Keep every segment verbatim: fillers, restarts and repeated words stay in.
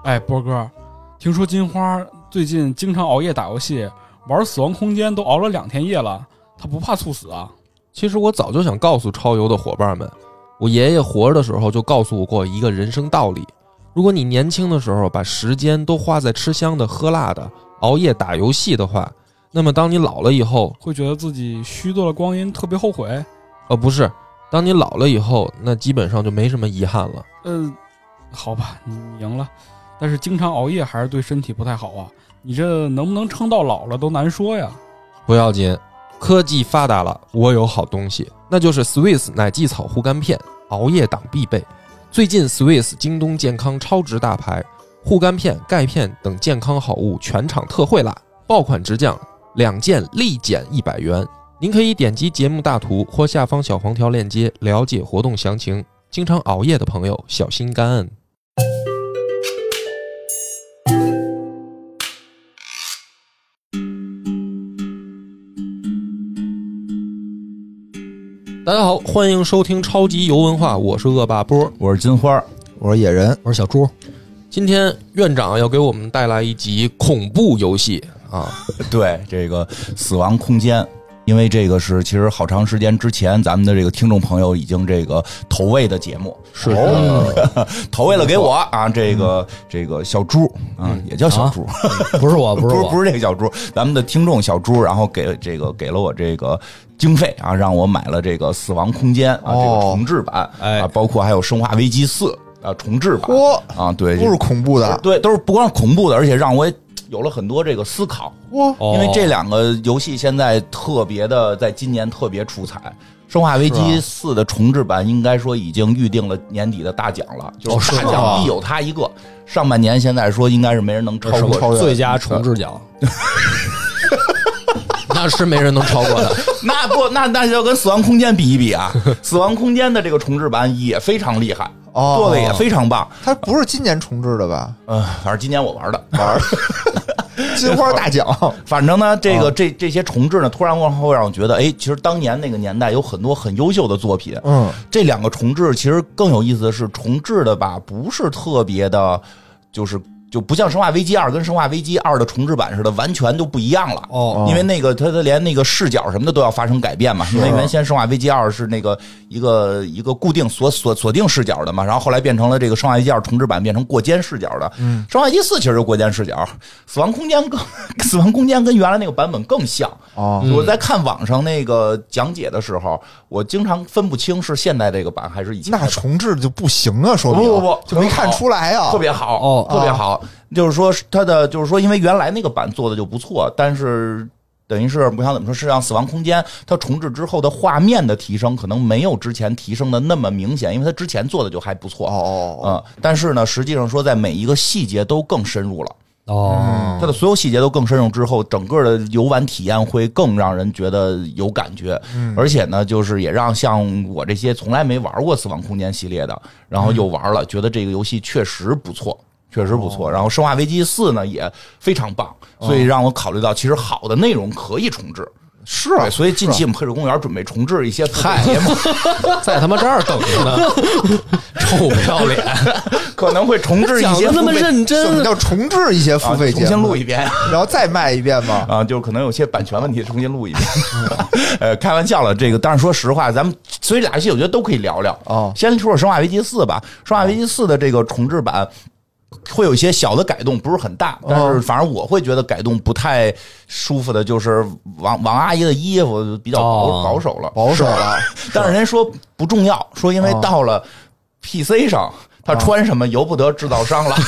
哎，波哥，听说金花最近经常熬夜打游戏，玩死亡空间都熬了两天夜了，他不怕猝死啊？ 其实我早就想告诉超游的伙伴们，我爷爷活着的时候就告诉我过一个人生道理：如果你年轻的时候把时间都花在吃香的喝辣的、熬夜打游戏的话，那么当你老了以后， 会觉得自己虚度了光阴，特别后悔。 呃，不是，当你老了以后，那基本上就没什么遗憾了。 嗯、呃，好吧，你赢了。但是经常熬夜还是对身体不太好啊，你这能不能撑到老了都难说呀。 不要紧，科技发达了，我有好东西，那就是 Swiss 奶蓟草护肝片，熬夜党必备。最近 Swiss 京东健康超值大牌护肝片、钙片等健康好物全场特惠啦，爆款直降，两件立减一百元。您可以点击节目大图或下方小黄条链接了解活动详情。经常熬夜的朋友小心肝恩。大家好，欢迎收听超级游文化，我是恶霸波， 我是金花， 我是野人， 我是小猪。 今天院长要给我们带来一集恐怖游戏啊， 对，这个死亡空间。因为这个是其实好长时间之前咱们的这个听众朋友已经这个投喂的节目， 是哦，投喂了给我啊，这个、嗯、这个小猪啊、嗯，也叫小猪， 啊、不是我，不是我， 不是不是这个小猪，咱们的听众小猪，然后给这个给了我这个经费啊，让我买了这个死亡空间啊、哦、这个重制版，哎啊，包括还有生化危机四啊重制版， 哦、 啊对， 都是恐怖的， 对，都是不光是恐怖的，而且让我有了很多这个思考， 哇！ 因为这两个游戏现在特别的，在今年特别出彩。生化危机四的重制版应该说已经预定了年底的大奖了，就是大奖必有它一个。上半年现在说应该是没人能超过最佳重制奖。 那是没人能超过的。 那不，那那就要跟死亡空间比一比啊！死亡空间的这个重制版也非常厉害，哦、做的也非常棒。 它不是今年重置的吧？ 嗯、呃，反正今年我玩的玩。金花大奖， 反正呢，这个这这些重置呢，突然往后让我觉得，哎，其实当年那个年代有很多很优秀的作品。 嗯， 这两个重置其实更有意思的是，重置的吧，不是特别的，就是。就不像生化危机二跟生化危机二的重制版似的，完全就不一样了。 哦， 因为那个它它连那个视角什么的都要发生改变嘛。因为原先生化危机二是那个一个一个固定锁锁锁定视角的嘛，然后后来变成了这个生化危机二重制版变成过肩视角的。 嗯， 生化危机四其实就过肩视角，死亡空间更死亡空间跟原来那个版本更像。 哦， 我在看网上那个讲解的时候，我经常分不清是现在这个版还是以前。 那重置就不行啊，说明不不不就没看出来啊， 特别好哦， 特别好。就是说，它的就是说，因为原来那个版做的就不错，但是等于是不想怎么说，是让死亡空间它重置之后的画面的提升，可能没有之前提升的那么明显，因为它之前做的就还不错。 哦， 嗯，但是呢，实际上说在每一个细节都更深入了。 哦， 它的所有细节都更深入之后，整个的游玩体验会更让人觉得有感觉。 嗯， 而且呢，就是也让像我这些从来没玩过死亡空间系列的，然后又玩了，嗯、觉得这个游戏确实不错。确实不错，然后《生化危机四》呢也非常棒，所以让我考虑到，其实好的内容可以重置。 是啊， 所以近期我们黑水公园准备重置一些付费节目， 在他妈这儿等着呢，臭不要脸， 可能会重置一些付费。 那么认真， 什么叫重置一些付费节目？ 啊、重新录一遍， 然后再卖一遍吗？ 啊，就可能有些版权问题，重新录一遍。呃，开玩笑了，这个，但是说实话，咱们所以俩游戏我觉得都可以聊聊。 哦， 先说说《生化危机四》吧，《生化危机四》的这个重置版。会有一些小的改动，不是很大，但是反正我会觉得改动不太舒服的，就是王王阿姨的衣服比较保保守了， 保守了。 但是人说不重要，说因为到了 P C 上，他穿什么由不得制造商了。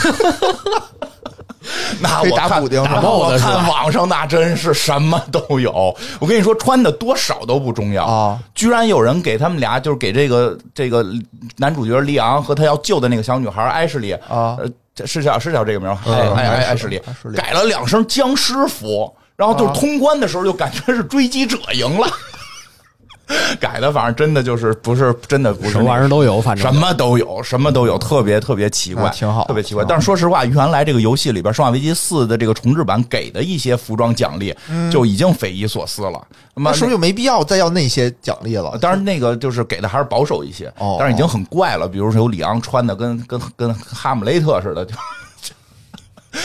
那我看打爆的，看网上那真是什么都有。我跟你说，穿的多少都不重要啊！ 居然有人给他们俩，就是给这个这个男主角利昂和他要救的那个小女孩艾什莉啊。 是叫是叫这个名，艾艾艾艾什莉改了两身僵尸服，然后就通关的时候就感觉是追击者赢了。改的反正真的就是不是真的不是什么玩意儿都有，反正什么都有，什么都有，特别特别奇怪， 挺好， 特别奇怪。但是说实话，原来这个游戏里边《生化危机四》的这个重制版给的一些服装奖励就已经匪夷所思了。那么是不是就没必要再要那些奖励了？ 当然，那个就是给的还是保守一些， 哦， 但是已经很怪了。比如说有里昂穿的跟跟跟哈姆雷特似的，就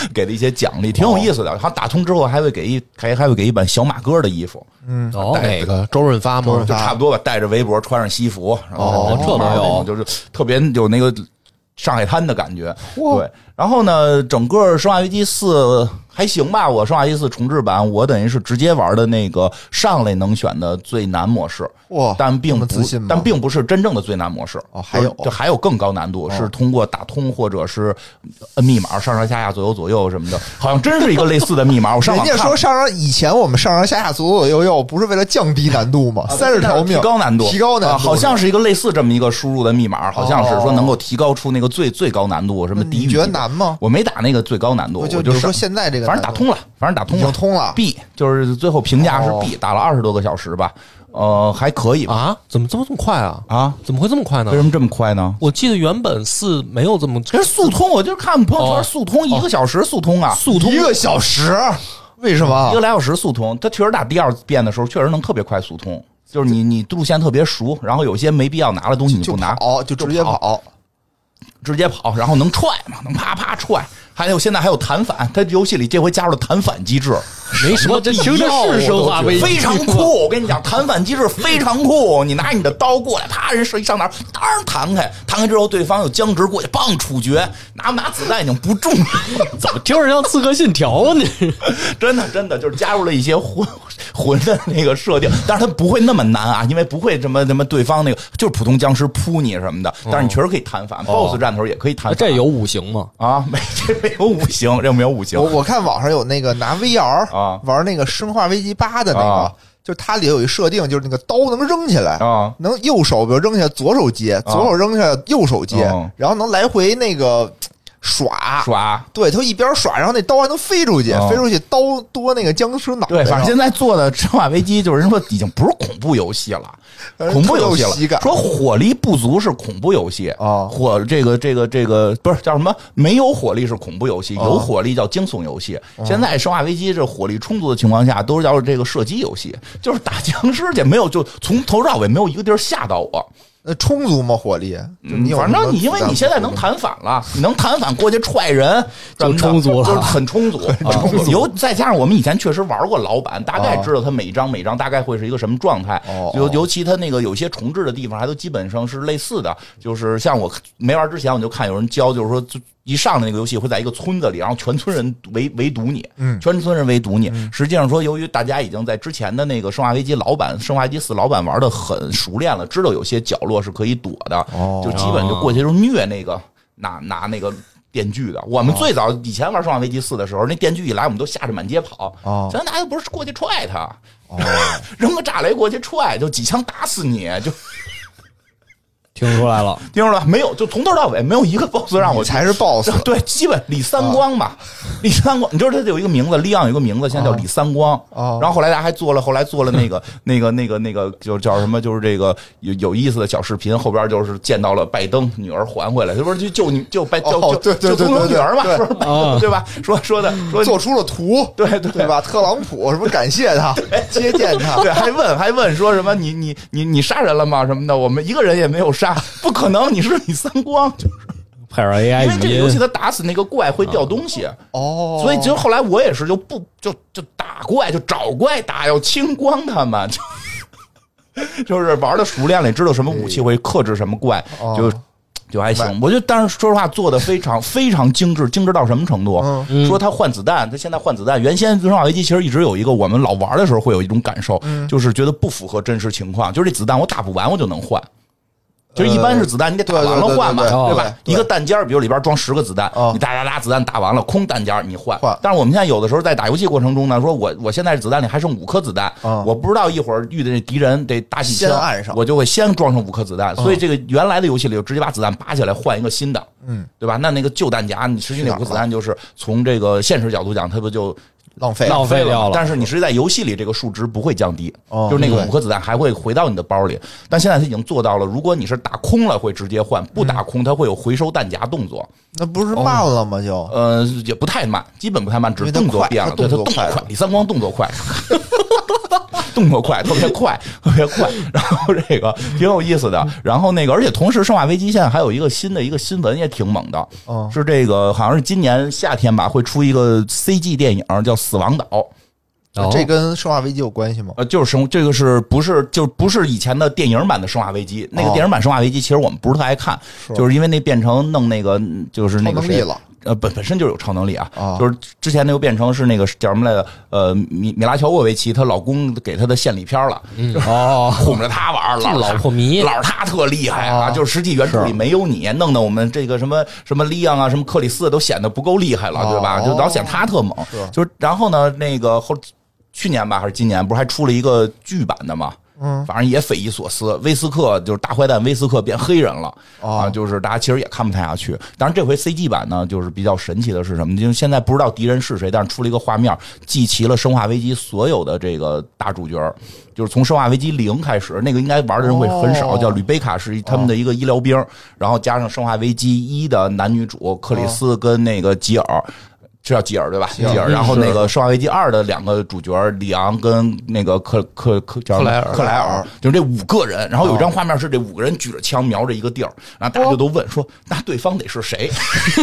给的一些奖励，挺有意思的。然后打通之后还会给一还还会给一版小马哥的衣服， 嗯， 哦， 哪个周润发吗？ 就差不多吧，带着围脖，穿上西服，然后哦这都有， 就是特别有那个上海滩的感觉。对，然后呢，整个《生化危机四》还行吧，我《生化危机四》重置版，我等于是直接玩的那个上来能选的最难模式。 哇， 但并不这么自信吗， 但并不是真正的最难模式哦还有就还有更高难度， 哦是通过打通或者是摁密码上上下下左右左右什么的，好像真是一个类似的密码。我上网看人家说上上以前我们上上下下左左右右不是为了降低难度吗？三十条命提高难度， 提高难度， 啊好像是一个类似这么一个输入的密码，好像是说能够提高出那个最最高难度，什么地狱。 你觉得难吗？ 我没打那个最高难度， 我就我就你说现在这个难度反正打通了，反正打通了， 已经通了 B 就是最后评价是哦 B，打了二十多个小时吧，呃，还可以吧。 啊？怎么这么这么快啊？ 啊， 怎么会这么快呢为？什么这么快呢？ 我记得原本四没有这么， 这是速通，我就是看朋友圈哦速通一个小时速通啊， 速通一个小时，为什么一个？来小时速通，它确实打第二遍的时候确实能特别快速通，就是你你路线特别熟，然后有些没必要拿的东西你就不拿， 跑，就直接跑。 直接跑，然后能踹嘛，能啪啪踹，还有现在还有弹反，它游戏里这回加入了弹反机制， 没什么必要。 听着是生化危机， 非常酷。我跟你讲，弹反机制非常酷，你拿你的刀过来，啪，人射一上哪儿，当然弹开，弹开之后对方有僵直过去，棒处决，拿不拿子弹已经不重要， 怎么听着像《刺客信条》啊？你真的真的就是加入了一些混混的那个设定，但是它不会那么难啊，因为不会什么什么对方那个就是普通僵尸扑你什么的，但是你确实可以弹反、哦、，BOSS 战头也可以弹反。 这有五行吗？ 啊，没这没有五行，这没有五行。 我我看网上有那个拿 V R 啊玩那个《生化危机八》的那个， 啊就是它里有一设定，就是那个刀能扔起来， 啊能右手比如扔下左手接，左手扔下右手接， 啊然后能来回那个耍。 耍对，他一边耍，然后那刀还能飞出去， 啊飞出去刀多那个僵尸脑袋对， 上。 反正现在做的《生化危机》就是人说已经不是恐怖游戏了，恐怖游戏了。 特有喜感说火力不足是恐怖游戏啊火这个这个这个不是叫什么？没有火力是恐怖游戏， 啊有火力叫惊悚游戏。现在《生化危机》这火力充足的情况下，都是叫这个射击游戏，就是打僵尸去，没有就从头到尾没有一个地儿吓到我。 那充足吗？火力？就你有反正你因为什么你现在能弹反了，你能弹反过去踹人， 就充足了就是很充足。有再加上我们以前确实玩过老版，大概知道它每一张每一张大概会是一个什么状态。 哦尤尤其它那个有些重置的地方，还都基本上是类似的。就是像我没玩之前，我就看有人教，就是说就一上来那个游戏会在一个村子里，然后全村人围围堵你， 嗯全村人围堵你。实际上说，由于大家已经在之前的那个《生化危机》老版《生化危机四》老版玩的很熟练了，知道有些角落是可以躲的， 哦就基本就过去就虐那个拿拿那个电锯的。我们最早以前玩《生化危机四》的时候，那电锯一来，我们都吓着满街跑。 哦咱哪有不是过去踹他， 哦， 扔个炸雷过去踹，就几枪打死你，就听出来了， 听着了没有？就从头到尾没有一个 boss 让我你才是 boss。 对，基本李三光嘛，李三光，你知道他有一个名字，利昂有一个名字，现在叫李三光。 哦然后后来大家还做了，后来做了那个那个那个那个，就叫什么？就是这个有有意思的小视频，后边就是见到了拜登女儿还回来，这不是就救女救拜救哦对对救总统女儿嘛？ 对对说是拜登对吧？说说的说做出了图， 对对对吧？特朗普什么感谢他，接见他， 对，还问还问说什么你你你你杀人了吗？什么的，我们一个人也没有杀，不可能，你是李三光，就是配上 A I 因为语这个游戏音， 它打死那个怪会掉东西。 哦， 所以其实后来我也是就不就就打怪就找怪打，要清光他们，就就是玩的熟练了，也知道什么武器会克制什么怪， 哦就就还行。我觉得，但是说实话，做的非常非常精致，精致到什么程度？ 嗯说他换子弹，他现在换子弹。原先《生化危机》其实一直有一个我们老玩的时候会有一种感受， 嗯就是觉得不符合真实情况，就是这子弹我打不完我就能换。就是一般是子弹，你得打完了换嘛， 对对对对对吧？ 对一个弹尖，比如里边装十个子弹哦， 你哒哒哒子弹打完了，空弹尖你换换。 但是我们现在有的时候在打游戏过程中呢，说我我现在子弹里还剩五颗子弹哦， 我不知道一会儿遇的这敌人得打几枪先按上， 我就会先装上五颗子弹。所以这个原来的游戏里就直接把子弹拔起来换一个新的， 嗯， 对吧？那那个旧弹夹，你实际那五颗子弹就是从这个现实角度讲，它不就浪费浪费掉了但是你实际在游戏里这个数值不会降低， 哦就是那个对五颗子弹还会回到你的包里。但现在它已经做到了，如果你是打空了会直接换，不打空它会有回收弹夹动作。 那不是慢了吗？就呃，也不太慢，基本不太慢，只是因为它快动作变了， 它对，它动作快了动作快，李三光动作快。 动作快，特别快，特别快。然后这个挺有意思的。然后那个，而且同时，《生化危机》现在还有一个新的一个新闻也挺猛的， 嗯， 是这个好像是今年夏天吧，会出一个 C G 电影叫《死亡岛》。 哦这跟生化危机有关系吗？ 呃，就是生这个是不是就不是以前的电影版的《生化危机》？那个电影版《生化危机》其实我们不是特爱看， 是就是因为那变成弄那个就是那个谁超能力了。 呃，本本身就有超能力啊， 啊就是之前那又变成是那个叫什么来着？呃，米米拉乔沃维奇她老公给她的献礼片了， 嗯哦， 哄着她玩， 这老老婆迷， 老她特厉害啊， 啊就是实际原著里没有你，弄得我们这个什么什么利昂啊，什么克里斯都显得不够厉害了，对吧？ 哦就老显她特猛， 是就是然后呢，那个后去年吧还是今年，不是还出了一个剧版的吗？ 嗯， 反正也匪夷所思，威斯克就是大坏蛋威斯克变黑人了、 哦、 啊，就是大家其实也看不太下去。当然这回 C G 版呢，就是比较神奇的是什么？就是现在不知道敌人是谁，但是出了一个画面，集齐了《生化危机》所有的这个大主角，就是从《生化危机零》开始，那个应该玩的人会很少， 哦、 叫吕贝卡是他们的一个医疗兵，哦、然后加上《生化危机一》的男女主克里斯跟那个吉尔。是叫吉尔对吧？吉尔，然后那个《生化危机二》的两个主角里昂跟那个克克克叫克莱尔， 克莱尔，就是这五个人。然后有一张画面是这五个人举着枪瞄着一个地儿，然后大家就都问说：“那对方得是谁？”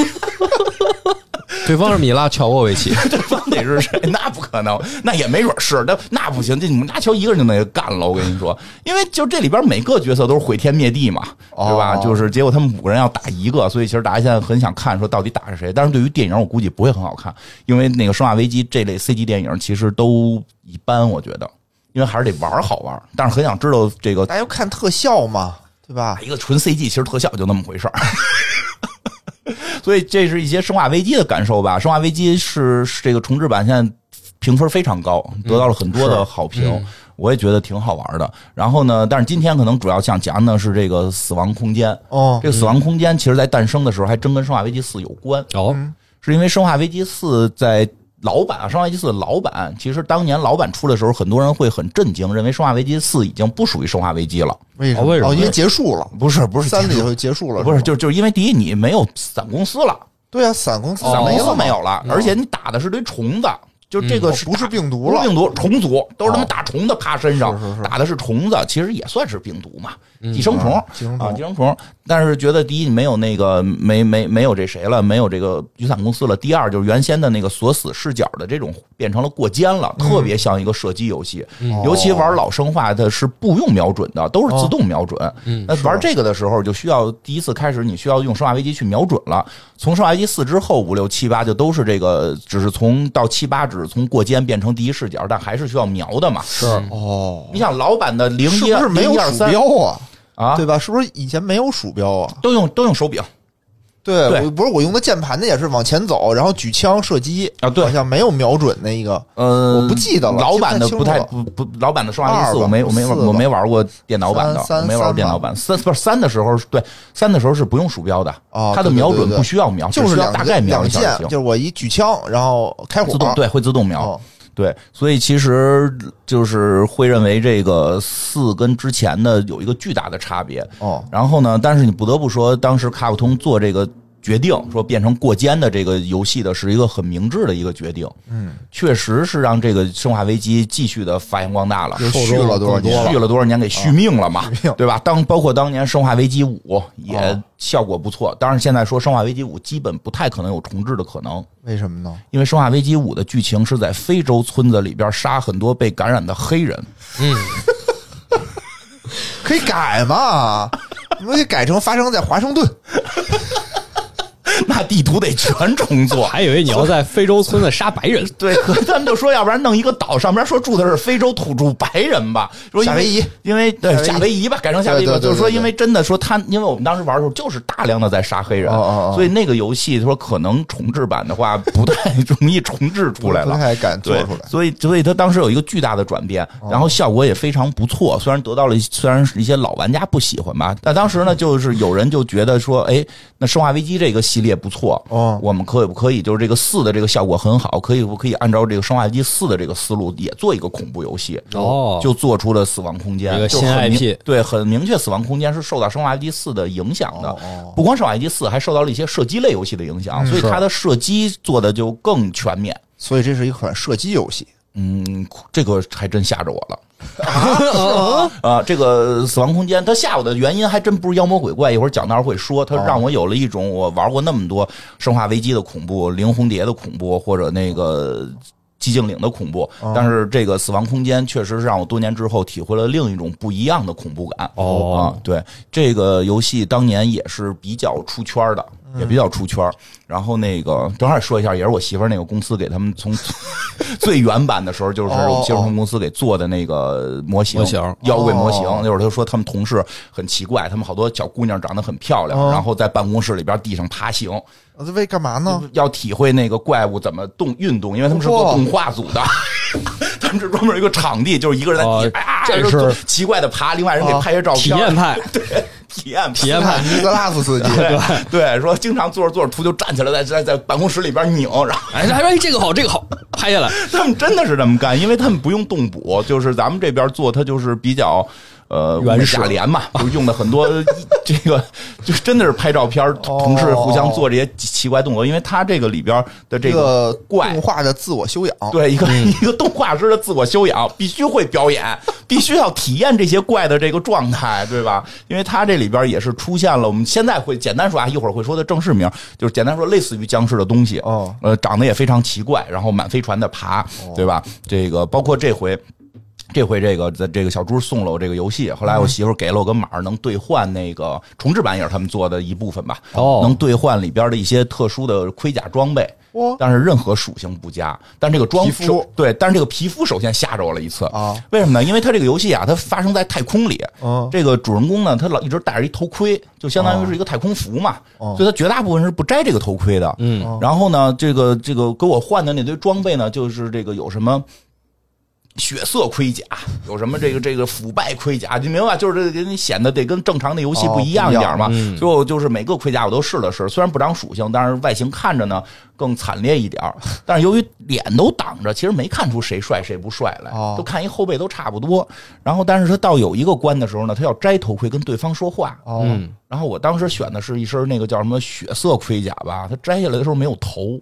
对方是米拉乔沃维奇， 对方得是谁？那不可能，那也没准是，那那不行，这你们拉乔一个人就能干了。我跟你说，因为就这里边每个角色都是毁天灭地嘛，对吧？ 哦、 就是结果他们五个人要打一个，所以其实大家现在很想看说到底打是谁。但是对于电影，我估计不会很好看，因为那个《生化危机》这类 C G 电影其实都一般，我觉得，因为还是得玩好玩。但是很想知道这个， 大家要看特效嘛，对吧？ 一个纯 C G 其实特效就那么回事儿。所以这是一些《生化危机》的感受吧。《生化危机》是这个重制版，现在评分非常高，得到了很多的好评，嗯、我也觉得挺好玩的。然后呢，但是今天可能主要想讲的是这个《死亡空间》。 哦， 这个《死亡空间》其实在诞生的时候还真跟《生化危机四》有关。 哦， 是因为《生化危机四》在老版啊，《生化危机四》老版，其实当年老版出的时候，很多人会很震惊，认为《生化危机四》已经不属于《生化危机》了。 为什么？ 为什么？ 哦，因为结束了。 不是，不是三里头结束了。 不是，就就是因为第一，你没有伞公司了。 对啊，伞公司伞公司没有了， 了，而且你打的是堆虫子。就这个是、 嗯哦、不是病毒了， 病毒虫族都是他们打虫子趴身上， 哦、是是是打的是虫子，其实也算是病毒嘛，寄生虫、 嗯、 啊，寄生虫。但是觉得第一你没有那个没没没有这谁了，没有这个雨伞公司了。第二就是原先的那个锁死视角的这种变成了过肩了， 嗯、 特别像一个射击游戏。 嗯、 尤其玩老生化的是不用瞄准的，都是自动瞄准。 嗯， 那玩这个的时候就需要第一次开始你需要用生化危机去瞄准了。从生化危机四之后五六七八就都是这个，只是从到七八只是从过肩变成第一视角，但还是需要瞄的嘛。 是哦， 你想老版的零一是不是没有鼠标啊？ 啊， 对吧？是不是以前没有鼠标啊？ 都用都用手柄。 对， 对我不是我用的键盘的也是往前走，然后举枪射击啊，对， 好像没有瞄准那一个， 呃， 我不记得了。 老版的不太不不，老版的生化危机四我没我没我没玩过电脑版的，我没玩过电脑版。三不是三的时候，对三的时候是不用鼠标的， 哦， 它的瞄准不需要瞄， 就是要大概瞄两键，就是我一举枪，然后开火， 自动对会自动瞄。 哦对，所以其实就是会认为这个四跟之前的有一个巨大的差别哦。 然后呢，但是你不得不说，当时卡普通做这个决定，说变成过肩的这个游戏的是一个很明智的一个决定。 嗯， 确实是让这个生化危机继续的发扬光大了， 又续了多少年， 续了多少年给续命了嘛， 哦、 对吧？当包括当年生化危机五也效果不错，当然现在说生化危机五基本不太可能有重置的可能。 为什么呢？ 因为生化危机五的剧情是在非洲村子里边杀很多被感染的黑人。 嗯， 可以改嘛？你们可以改成发生在华盛顿。 那地图得全重做， 还以为你要在非洲村子杀白人。 对，可咱们就说，要不然弄一个岛，上边说住的是非洲土著白人吧，说夏威夷， 因为对夏威夷吧，改成夏威夷吧，就是说，因为真的说他，因为我们当时玩的时候就是大量的在杀黑人， 哦哦哦， 所以那个游戏说可能重置版的话不太容易重置出来了， 不太敢做出来， 所以所以他当时有一个巨大的转变，然后效果也非常不错，虽然得到了虽然一些老玩家不喜欢吧，但当时呢就是有人就觉得说，哎，那生化危机这个系列不错。 哦， 我们可以不可以就是这个四的这个效果很好，可以不可以按照这个生化危机四的这个思路也做一个恐怖游戏？ 哦， 就做出了死亡空间， 一个新 I P， 对，很明确，死亡空间是受到生化危机四的影响的。 哦， 不光生化危机四，还受到了一些射击类游戏的影响， 嗯、 所以它的射击做的就更全面。 所以这是一款射击游戏。 嗯，这个还真吓着我了。啊, 啊，这个死亡空间，他吓我的原因还真不是妖魔鬼怪，一会儿讲到会说，他让我有了一种我玩过那么多生化危机的恐怖、灵红蝶的恐怖，或者那个寂静岭的恐怖，但是这个死亡空间确实是让我多年之后体会了另一种不一样的恐怖感。 哦啊，对，这个游戏当年也是比较出圈的。也比较出圈，然后那个正好说一下，也是我媳妇儿那个公司给他们从最原版的时候，就是我媳妇儿公司给做的那个模型， 模型妖怪模型。那会儿他说他们同事很奇怪，他们好多小姑娘长得很漂亮，然后在办公室里边地上爬行。 这为干嘛呢？ 要体会那个怪物怎么动运动，因为他们是做动画组的，他们是专门有一个场地，就是一个人在地上、哦、啊， 这是奇怪的爬，另外人给拍些照片。 体验派， 对，体验体验派， 尼格拉斯司机， 对对，说经常做着做着图就站起来，在在在办公室里边拧，然后哎哎这个好这个好，拍下来。 他们真的是这么干，因为他们不用动捕，就是咱们这边做，它就是比较。呃， 原始假连嘛，就是用的很多这个，就真的是拍照片，同事互相做这些奇怪动作，因为他这个里边的这个怪动画的自我修养， 对一个、嗯、一个动画师的自我修养，必须会表演，必须要体验这些怪的这个状态，对吧？因为他这里边也是出现了，我们现在会简单说啊，一会儿会说的正式名，就是简单说类似于僵尸的东西， 哦， 呃，长得也非常奇怪，然后满飞船的爬，对吧？这个包括这回。这回这个这个小猪送了我这个游戏，后来我媳妇给了我个码，能兑换那个重置版也是他们做的一部分吧， 哦， 能兑换里边的一些特殊的盔甲装备，但是任何属性不加，但这个装皮肤对，但是这个皮肤首先吓着我了一次啊， 为什么呢？因为它这个游戏啊，它发生在太空里， 嗯， 这个主人公呢，他老一直戴着一头盔，就相当于是一个太空服嘛， 哦、 所以他绝大部分是不摘这个头盔的， 嗯， 然后呢，这个这个给我换的那堆装备呢，就是这个有什么。血色盔甲有什么这个这个腐败盔甲，你明白？就是这你显得得跟正常的游戏不一样一点嘛。 哦嗯、 所以我就是每个盔甲我都试了试，虽然不长属性，但是外形看着呢更惨烈一点。但是由于脸都挡着，其实没看出谁帅谁不帅来， 哦、 都看一后背都差不多。然后，但是他到有一个关的时候呢，他要摘头盔跟对方说话。 哦、 嗯， 然后我当时选的是一身那个叫什么血色盔甲吧，他摘下来的时候没有头。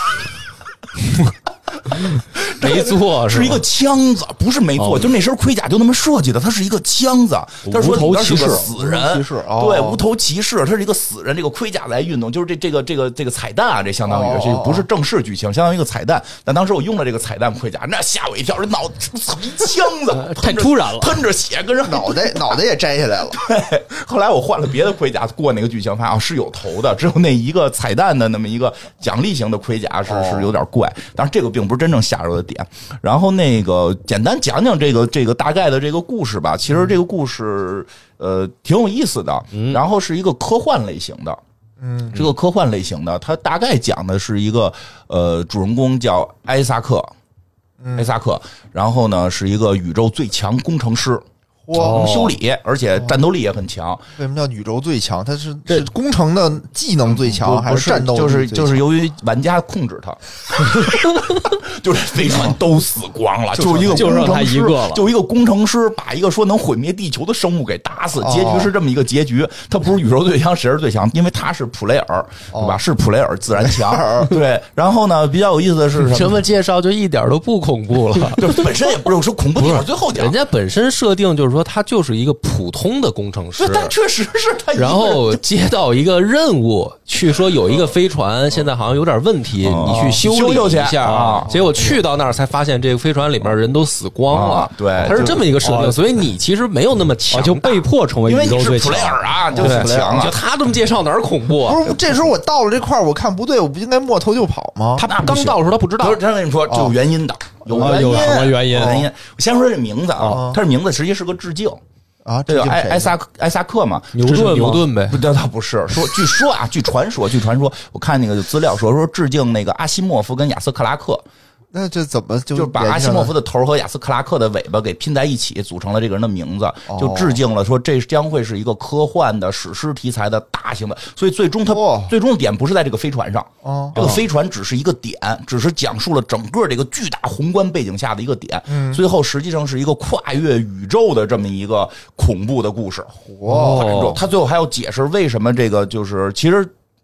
没做是一个枪子，不是没做， 哦、 就那身盔甲就那么设计的，它是一个枪子。他说里边是个死人， 骑士哦、 对，无头骑士，他是一个死人，这个盔甲来运动，就是这这个这个这个彩蛋啊，这相当于这、哦、不是正式剧情，相当于一个彩蛋。但当时我用了这个彩蛋盔甲，那吓我一跳，这脑操一枪子， 呃、太突然了， 喷着血，跟人脑袋脑袋也摘下来了。 对，后来我换了别的盔甲，过那个剧情发现啊是有头的，只有那一个彩蛋的那么一个奖励型的盔甲是、哦、是有点怪，但是这个并不是真正吓着的点。然后那个简单讲讲这个这个大概的这个故事吧。其实这个故事呃挺有意思的，然后是一个科幻类型的， 嗯， 这个科幻类型的，它大概讲的是一个呃主人公叫艾萨克，艾萨克，然后呢是一个宇宙最强工程师。 哇， 修理，而且战斗力也很强。 为什么叫宇宙最强？它是是工程的技能最强，还是战斗力就是就是由于玩家控制它，就是飞船都死光了，就一个就剩他一个了， 就一个工程师把一个说能毁灭地球的生物给打死，结局是这么一个结局。他不是宇宙最强，谁是最强？因为他是普雷尔，对吧？是普雷尔自然强。对，然后呢，比较有意思的是什么介绍就一点都不恐怖了， 就本身也不是我说恐怖，最后讲人家本身设定就是说。说他就是一个普通的工程师， 但确实是他。 然后接到一个任务，去说有一个飞船现在好像有点问题， 哦、 你去修理一下啊。 结果去到那儿才发现，这个飞船里面人都死光了。 啊、对， 他是这么一个设定，哦、所以你其实没有那么强、 哦， 就被迫成为宇宙最强。 因为你是普雷尔啊，就是强了。 就他这么介绍哪儿恐怖、啊？ 不是，这时候我到了这块儿，我看不对，我不应该摸头就跑吗？ 他刚到的时候他不知道。 不是，他跟你说有原因的，有原因，有什么原因？ 原因。我先说这名字啊，他这名字实际是个致敬。 啊， 这个艾艾萨艾萨克嘛， 牛顿牛顿呗？ 不，这倒不是。说，据说啊，据传说，据传说，我看那个资料说说致敬那个阿西莫夫跟亚瑟克拉克。 那这怎么就就是把阿西莫夫的头和亚斯克拉克的尾巴给拼在一起，组成了这个人的名字，就致敬了说这将会是一个科幻的史诗题材的大型的，所以最终它最终的点不是在这个飞船上，这个飞船只是一个点，只是讲述了整个这个巨大宏观背景下的一个点，最后实际上是一个跨越宇宙的这么一个恐怖的故事。 哇， 他最后还要解释为什么这个就是其实。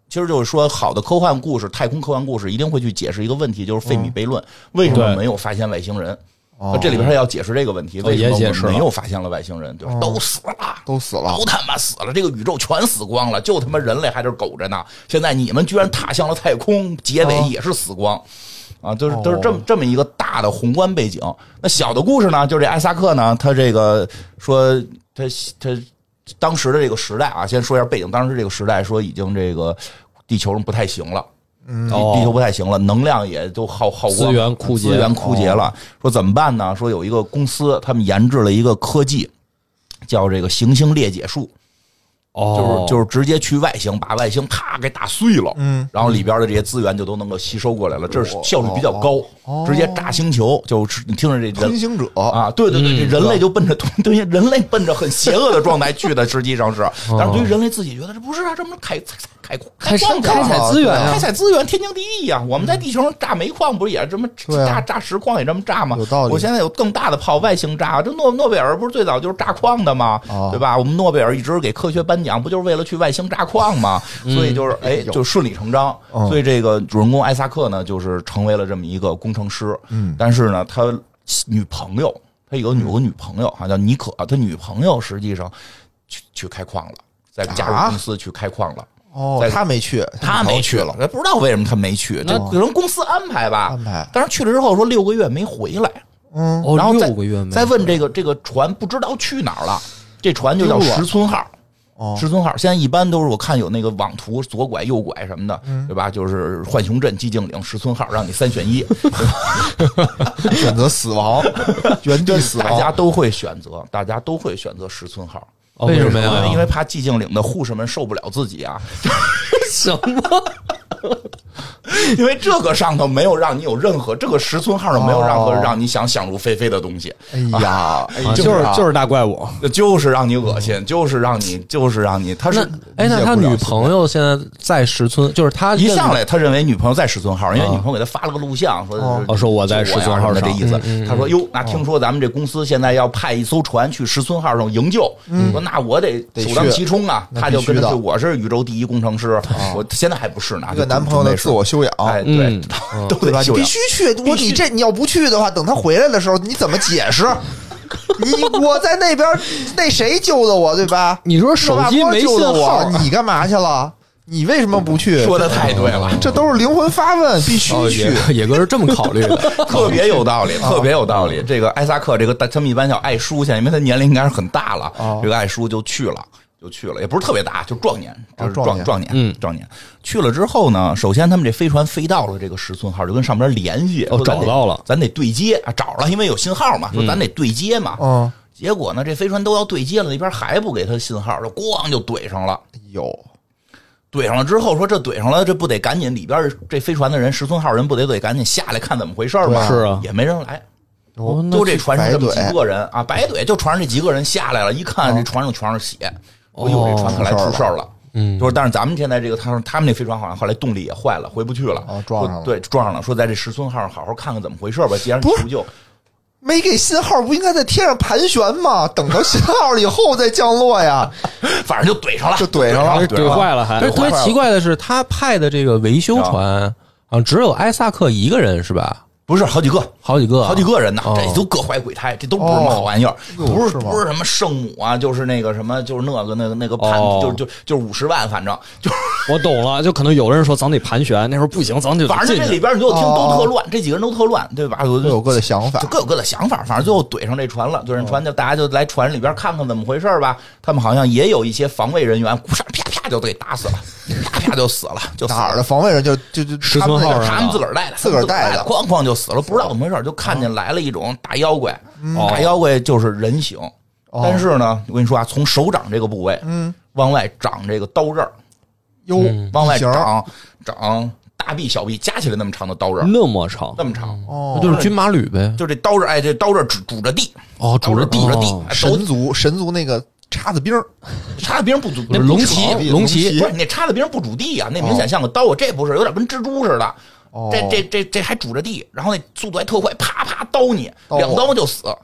其实就是说，好的科幻故事，太空科幻故事一定会去解释一个问题，就是费米悖论，为什么没有发现外星人？ 哦、 这里边他要解释这个问题，为什么也解释没有发现了外星人？对吧？ 哦、 都死了， 都死了， 都他妈死了，这个宇宙全死光了，就他妈人类还这苟着呢。现在你们居然踏向了太空，结尾也是死光。啊，就是都是这么这么一个大的宏观背景。那小的故事呢，就是这艾萨克呢，他这个说他他当时的这个时代啊，先说一下背景。当时这个时代说已经这个地球上不太行了，嗯，地球不太行了，能量也都耗耗光， 资源枯竭， 资源枯竭了。说怎么办呢？说有一个公司，他们研制了一个科技，叫这个行星裂解术。 哦， 就是就是直接去外星，把外星啪给打碎了，嗯，然后里边的这些资源就都能够吸收过来了，这是效率比较高，哦、直接炸星球，就是你听着这人吞星者啊，对对对， 嗯、 这人类就奔着对人类奔着很邪恶的状态去的，实际上是，但是对于人类自己觉得这不是啊，这么开开开矿开采资源啊， 开采资源天经地义啊，我们在地球上炸煤矿不是也这么炸炸石矿也这么炸吗？ 有道理。 我现在有更大的炮，外星炸，这诺诺贝尔不是最早就是炸矿的吗？ 哦、 对吧？我们诺贝尔一直给科学颁奖，不就是为了去外星炸矿嘛，所以就是哎，就顺理成章。 嗯、 所以这个主人公艾萨克呢，就是成为了这么一个工程师。嗯，但是呢，他女朋友，他有有个女朋友，哈，叫妮可。他女朋友实际上去去开矿了，在加入公司去开矿了。 哦，他没去， 他没去了，不知道为什么他没去，这可能公司安排吧。 安排。 但是去了之后说六个月没回来。 嗯， 然后再六个月没再问这个这个船不知道去哪儿了，这船就叫石村号。 哦， 石村号现在一般都是我看有那个网图左拐右拐什么的， 嗯、 对吧？就是浣熊镇、寂静岭、石村号，让你三选一， 选择死亡，原地死亡， 大家都会选择，大家都会选择石村号。 哦、为什么呀？ 因为怕寂静岭的护士们受不了自己啊。 什么？ 因为这个上头没有让你有任何，这个石村号上没有任何让你想想入非非的东西。 哎呀， 啊、就是就是大怪物， 就是让你恶心，就是让你，就是让你。他是哎，那他女朋友现在在石村，就是他一上来他认为女朋友在石村号，因为女朋友给他发了个录像，说哦说我在石村号上的这意思。他说哟，那听说咱们这公司现在要派一艘船去石村号上营救，说那我得首当其冲啊。他就跟他说我是宇宙第一工程师，我现在还不是呢。 这个男朋友的自我修养， 哎，对，都对吧？你必须去，我你这你要不去的话，等他回来的时候，你怎么解释？你我在那边，那谁救的我，对吧？ 你说手机没信号， 你干嘛去了？你为什么不去？ 说的太对了， 这都是灵魂发问，必须去。 哦、野哥是这么考虑的， 特别有道理，特别有道理。这个艾萨克，这个他们一般叫艾叔，现在因为他年龄应该是很大了， 哦、 这个艾叔就去了。就去了，也不是特别大，就壮年，就是壮壮壮年， 嗯， 壮年。去了之后呢，首先他们这飞船飞到了这个石村号，就跟上边联系， 哦，找到了， 咱得对接啊，找了，因为有信号嘛，说咱得对接嘛。 嗯， 结果呢，这飞船都要对接了，那边还不给他信号，就咣就怼上了。 有， 怼上了之后说这怼上了，这不得赶紧里边这飞船的人，石村号人不得得赶紧下来看怎么回事吗？ 是啊， 也没人来。 哦， 就这船上这么几个人啊，白怼，就船上这几个人下来了，一看这船上全是血。我有这船看来出事儿了， 嗯， 就是但是咱们现在这个他他们那飞船好像后来动力也坏了，回不去了， 哦，撞上了， 对，撞上了。说在这石村号上好好看看怎么回事吧，既然求救， 没给信号，不应该在天上盘旋吗？等到信号了以后再降落呀。 反正就怼上了， 就怼上了， 怼坏了还。特别奇怪的是，他派的这个维修船啊，只有艾萨克一个人是吧？ 不是，好几个， 好几个， 好几个人呢， 哦、 这都各怀鬼胎，这都不是什么好玩意儿， 哦、 不是是不是什么圣母啊，就是那个什么，就是那个那个那个盘， 哦、 就就就是五十万，反正就我懂了，就可能有人说咱得盘旋，那时候不行，咱就反正这里边你就听都特乱，哦、这几个人都特乱，对吧？ 各有各的想法， 就各有各的想法，反正最后怼上这船了，怼上船就大家就来船里边看看怎么回事吧。他们好像也有一些防卫人员，啪啪就给打死了，啪啪就死了，就哪儿的防卫人就就就石村号他们自个儿带的， 自个儿带的， 哐哐就死了，不知道怎么回事。就看见来了一种大妖怪， 嗯、 大妖怪就是人形， 哦、 但是呢，我跟你说啊，从手掌这个部位， 嗯， 往外长这个刀刃， 哟、 嗯，往外长长大臂小臂加起来那么长的刀刃， 那么长， 那么长， 哦， 就是军马吕呗， 就这刀刃，哎，这刀刃拄着地， 哦， 拄着地， 拄着地， 哦、 神族神族那个。叉子兵， 叉子兵不主， 那龙旗，龙旗不是那叉子兵不主地啊，那明显像个刀啊，这不是有点跟蜘蛛似的，这这这这还拄着地，然后那速度还特快，啪啪刀你，两刀就死，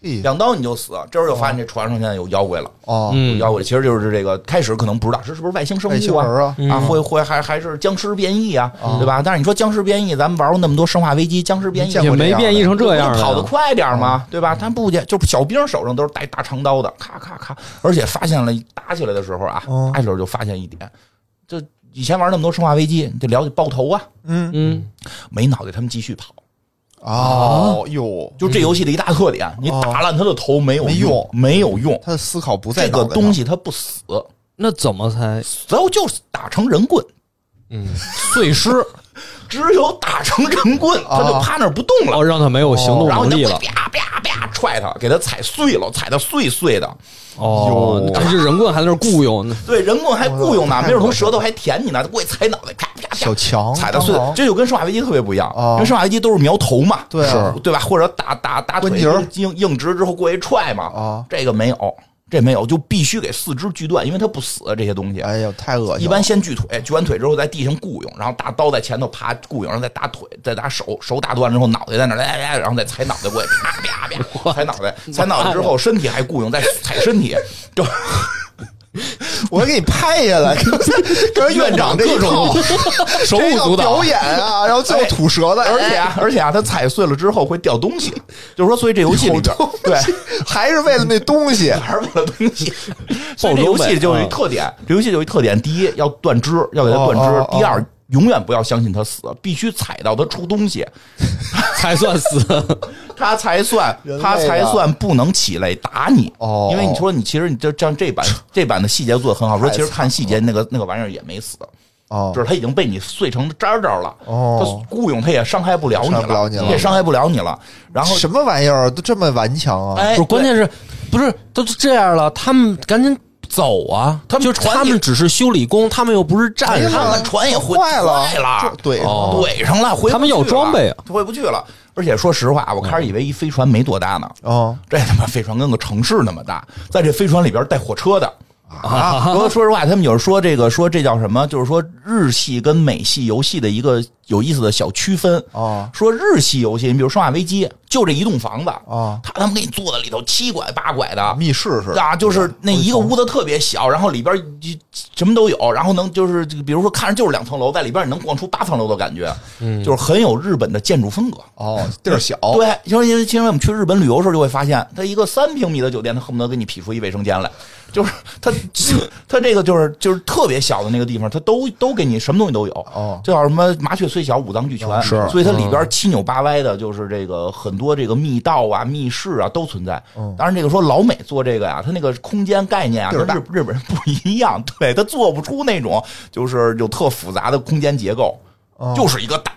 两刀你就死。这时候就发现这船上现在有妖怪了。 哦， 嗯有妖怪，其实就是这个开始可能不知道这是不是外星生外星物啊人啊， 啊，会会还还是僵尸变异啊， 啊对吧？但是你说僵尸变异，咱们玩过那么多生化危机，僵尸变异见过也没变异成这样的呀， 不是跑得快点吗？对吧？他不见，就是小兵手上都是带大长刀的，咔咔咔，而且发现了打起来的时候啊， 嗯打起来就发现一点，就以前玩那么多生化危机，你就了解爆头啊， 嗯， 嗯， 没脑袋他们继续跑。 哦哟， 就这游戏的一大特点，你打烂他的头没有没用用， 没有用。 他的思考不在这个脑袋上东西它不死， 那怎么才最后就是打成人棍。 嗯碎尸？ 只有打成人棍，他就趴那儿不动了， 哦，让他没有行动然后能力了你就会。啪啪啪踹他，给他踩碎了，踩得碎碎的。 哦， 哟但是人棍还在那儿雇佣呢。 对，人棍还雇佣呢， 哦没准从舌头还舔你呢，过去踩脑袋，啪啪啪， 小强踩得碎刚好。 这就跟生化危机特别不一样， 啊因为生化危机都是瞄头嘛， 对啊是对吧？或者打打打腿关节儿硬硬直之后过去踹嘛， 啊这个没有。这没有，就必须给四肢锯断，因为它不死这些东西。 哎呀，太恶心了！ 一般先锯腿，锯完腿之后在地上雇佣，然后大刀在前头爬雇佣，然后再打腿，再打手，手打断之后脑袋在那儿，然后再踩脑袋过去，啪啪啪，踩脑袋，踩脑袋之后身体还雇佣，再踩身体，就我要给你拍下来，跟院长这一套手舞足蹈表演啊，然后最后吐舌头， 而且啊，而且啊，它踩碎了之后会掉东西，就是说，所以这游戏里边，对， 还是为了那东西。 还是为了东西。所以这游戏就有一特点，这游戏有一特点：第一，要断肢，要给它断肢； 哦哦哦第二，永远不要相信它死，必须踩到它出东西， 才算死。 它才算人，类啊它才算不能起来打你。 哦因为你说你其实你就像这版这版的细节做的很好，说其实看细节那个那个玩意儿也没死。 哦就是他已经被你碎成渣渣了， 哦他雇佣他也伤害不了你伤害不了你了也伤害不了你了。然后什么玩意儿都这么顽强啊！ 哎， 不是，关键是不是都这样了，他们赶紧走啊！ 他们就是船也他们只是修理工，他们又不是战士。 哎呀他们船也回坏了坏了， 这怼上哦怼上了，回不去了他们有装备啊， 回不去了。而且说实话，我开始以为一飞船没多大呢， 哦这他妈飞船跟个城市那么大，在这飞船里边带火车的。啊，说说实话，他们有人说这个说这叫什么？就是说日系跟美系游戏的一个有意思的小区分。 哦说日系游戏，你比如《生化危机》，就这一栋房子， 哦他他们给你做的里头七拐八拐的， 密室似的啊，就是那一个屋子特别小，然后里边什么都有，然后能就是比如说看着就是两层楼，在里边你能逛出八层楼的感觉，嗯，就是很有日本的建筑风格。 哦，地儿小， 对，因为因为因为我们去日本旅游的时候就会发现，它一个三平米的酒店，它恨不得给你劈出一卫生间来，就是它它这个就是就是特别小的那个地方，它都都给你什么东西都有。 哦这叫什么麻雀虽小五脏俱全， 是所以它里边七扭八歪的，就是这个很多这个密道啊、密室啊都存在。 嗯当然，这个说老美做这个呀，它那个空间概念啊，跟地儿大日日本人不一样，对，它做不出那种就是有特复杂的空间结构， 哦就是一个大。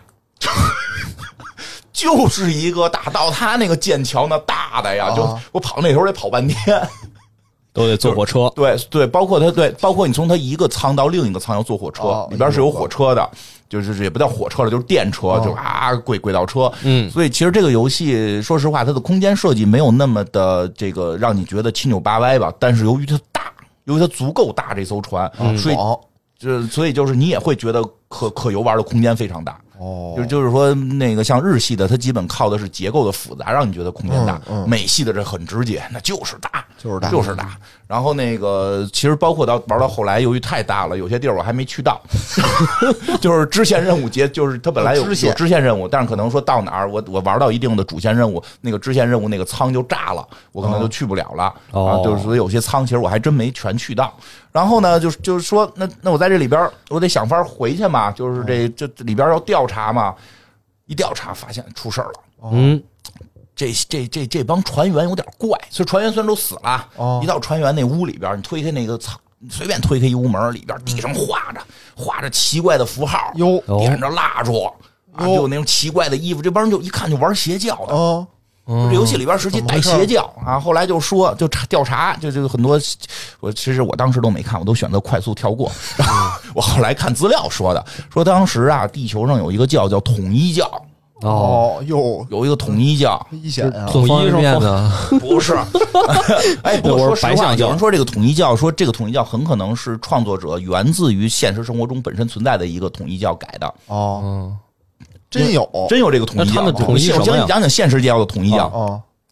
就是一个大到他那个剑桥那大的呀， 啊就我跑那头得跑半天。 都得坐火车。 对对，包括他对，包括你从他一个舱到另一个舱要坐火车， 哦里边是有火车的，就是也不叫火车了，就是电车， 哦就啊轨轨道车。 嗯所以其实这个游戏，说实话，它的空间设计没有那么的这个让你觉得七扭八歪吧，但是由于它大，由于它足够大，这艘船，所以爽就所以就是你也会觉得可可游玩的空间非常大。 哦就就是说，那个像日系的，它基本靠的是结构的复杂，让你觉得空间大。 嗯嗯美系的这很直接，那就是大， 就是大就是大。然后那个，其实包括到玩到后来，由于太大了，有些地儿我还没去到，就是支线任务结，就是它本来有有支线有支线任务，但是可能说到哪儿，我我玩到一定的主线任务，那个支线任务那个舱就炸了，我可能就去不了了。 哦啊，就是所以有些舱其实我还真没全去到。然后呢，就是就是说，那那我在这里边，我得想法回去嘛，就是这这里边要调查嘛。一调查发现出事儿了， 嗯， 这这这这帮船员有点怪，所以船员虽然都死了， 哦一到船员那屋里边，你推开那个舱，随便推开一屋门，里边地上画着画着奇怪的符号， 哟点着蜡烛，啊，就有那种奇怪的衣服，这帮人就一看就玩邪教的。 哦这游戏里边实际带邪教啊，后来就说就查调查，就就很多，我其实我当时都没看，我都选择快速跳过。然后我后来看资料说的，说当时啊，地球上有一个教叫统一教， 哦哟， 有一个统一教， 危险啊！ 统一面的。 不是，哎，不我过说实话， 是白象教有人说这个统一教，说这个统一教很可能是创作者源自于现实生活中本身存在的一个统一教改的， 哦， 嗯， 真有真有这个统一教。 那他们统一什么呀我先讲讲现实教的统一教。 哦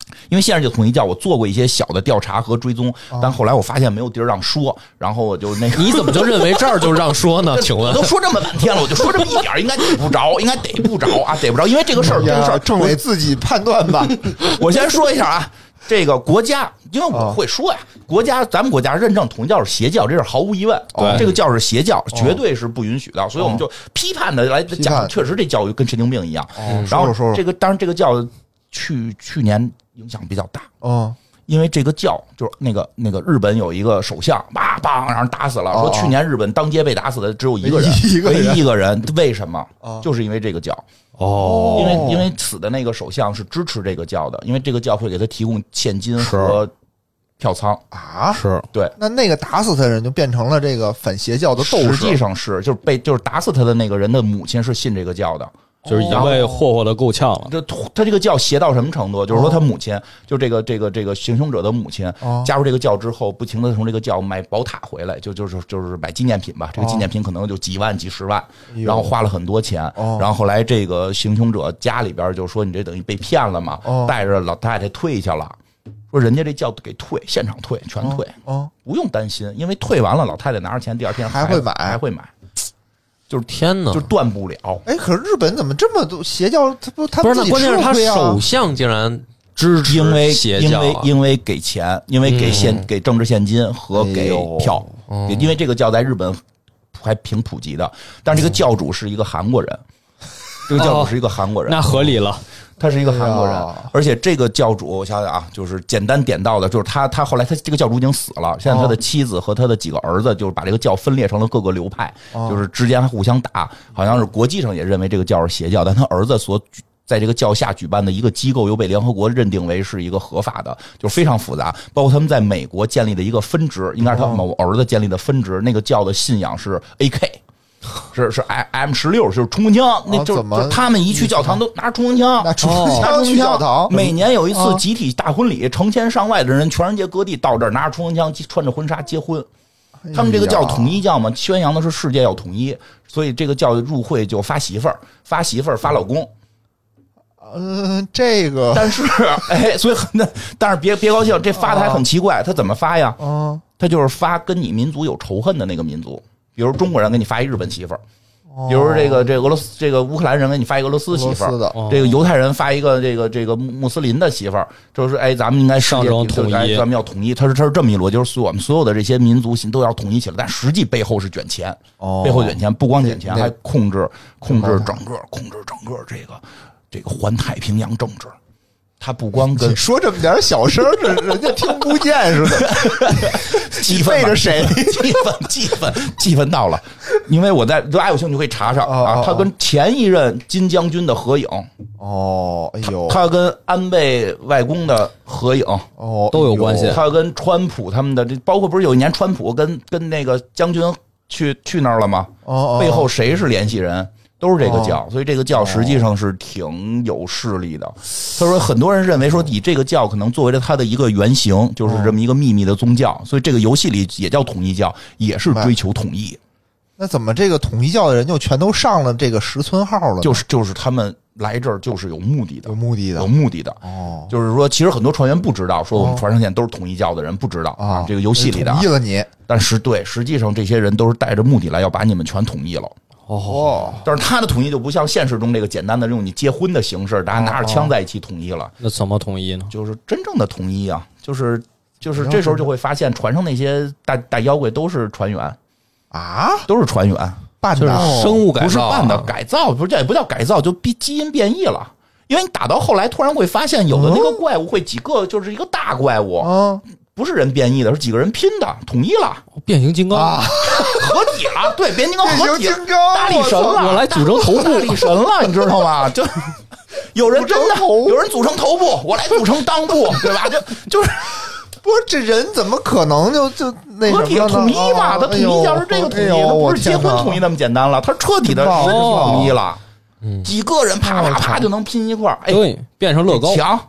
因为现在这个统一教我做过一些小的调查和追踪，但后来我发现没有地儿让说，然后我就那个你怎么就认为这儿就让说呢？请问我都说这么半天了，我就说这么一点，应该逮不着，应该逮不着啊，逮不着，因为这个事儿，这个事儿， 政委自己判断吧。 我先说一下啊，这个国家，因为我会说呀，国家咱们国家认证统一教是邪教，这是毫无疑问，这个教是邪教，绝对是不允许的，所以我们就批判的来讲，确实这教育跟神经病一样。然后这个当然这个教去去年影响比较大， 嗯。 因为这个教就是那个那个日本有一个首相，叭叭让人打死了。说去年日本当街被打死的只有一个人，唯一一个人。为什么？就是因为这个教。 哦， 因为因为死的那个首相是支持这个教的，因为这个教会给他提供现金和票仓啊。 是对。 那那个打死他的人就变成了这个反邪教的斗士。 实际上是就是被就是打死他的那个人的母亲是信这个教的。 就是已经被霍霍的够呛了。 这他这个教邪到什么程度？就是说他母亲，就这个这个这个行凶者的母亲，加入这个教之后，不停的从这个教买宝塔回来，就就是就是买纪念品吧。这个纪念品可能就几万几十万，然后花了很多钱。然后后来这个行凶者家里边就说：“你这等于被骗了嘛？”带着老太太退去了，说人家这教给退，现场退，全退，不用担心，因为退完了，老太太拿着钱，第二天还会买， 还会买。 就是天哪， 就断不了。 哎，可是日本怎么这么多邪教？他不，他不是那关键是他首首相竟然支持因为邪教、啊， 因为因为给钱，因为给现、嗯、给政治现金和给票、哎，因为这个教在日本还挺普及的，但是这个教主是一个韩国人，嗯、这个教主是一个韩国人， 哦、那合理了。 他是一个韩国人，而且这个教主，我想想啊，就是简单点到的，就是他，他后来他这个教主已经死了，现在他的妻子和他的几个儿子，就是把这个教分裂成了各个流派，就是之间还互相打，好像是国际上也认为这个教是邪教，但他儿子所在这个教下举办的一个机构又被联合国认定为是一个合法的，就是非常复杂，包括他们在美国建立的一个分支，应该是他某儿子建立的分支，那个教的信仰是 A K。是是 M 十六，就是冲锋枪，那就是、就是、他们一去教堂都拿着冲锋枪， 拿冲锋枪去教堂。 每年有一次集体大婚礼，成千上万的人，全世界各地到这儿拿着冲锋枪，穿着婚纱结婚。他们这个叫统一教嘛，宣扬的是世界要统一，所以这个教入会就发媳妇儿，发媳妇儿发老公。 嗯、呃，这个， 但是哎，所以那但是别别高兴，这发的还很奇怪，他怎么发呀？ 嗯， 他就是发跟你民族有仇恨的那个民族。比如中国人给你发一日本媳妇儿，比如这个这个俄罗斯这个乌克兰人给你发一个俄罗斯媳妇儿，这个犹太人发一个这个这个穆斯林的媳妇儿，就是哎，咱们应该上升统一， 咱们要统一。他是他是这么一逻辑，就是我们所有的这些民族性都要统一起来，但实际背后是卷钱，背后卷钱，不光卷钱，还控制控制整个控制整个这个这个环太平洋政治。他不光跟你说这么点小声，人家听不见似的。 气愤着谁？气愤，气愤，气愤到了。因为我在，大家有兴趣可以查查啊。他跟前一任金将军的合影。 哦，哎呦， 他跟安倍外公的合影。 哦， 都有关系。 他跟川普他们的，这包括不是有一年川普跟跟那个将军去去那儿了吗？ 哦， 背后谁是联系人？都是这个教，所以这个教实际上是挺有势力的。他说，很多人认为说，以这个教可能作为了他的一个原型，就是这么一个秘密的宗教，所以这个游戏里也叫统一教，也是追求统一。 那怎么这个统一教的人就全都上了这个石村号了呢？ 就是就是他们来这儿就是有目的的， 有目的的， 有目的的。 哦， 就是说，其实很多船员不知道，说我们船上现在都是统一教的人，不知道啊。这个游戏里的统一了你， 但是对，实际上这些人都是带着目的来，要把你们全统一了。 哦， 但是他的统一就不像现实中这个简单的用你结婚的形式，大家拿着枪在一起统一了。 那怎么统一呢？ 就是真正的统一啊，就是就是这时候就会发现，船上那些大大妖怪都是船员啊， 都是船员扮的生物改造、啊， 不是扮的改造，不是这也不叫改造，就基因变异了。因为你打到后来，突然会发现有的那个怪物会几个，就是一个大怪物。 嗯， 不是人变异的，是几个人拼的，统一了， 变形金刚、 啊、 合体了，对，变形金刚合体，大力神了， 我来组成头部， 大力神了，你知道吗？就有人真的有人组成头部，我来组成裆部，对吧？就就是不是这人怎么可能就就那合体统一嘛？他统一教是这个统一，他不是结婚统一那么简单了，他彻底的统一了。几个人啪啪啪就能拼一块儿，哎， 对，变成乐高强。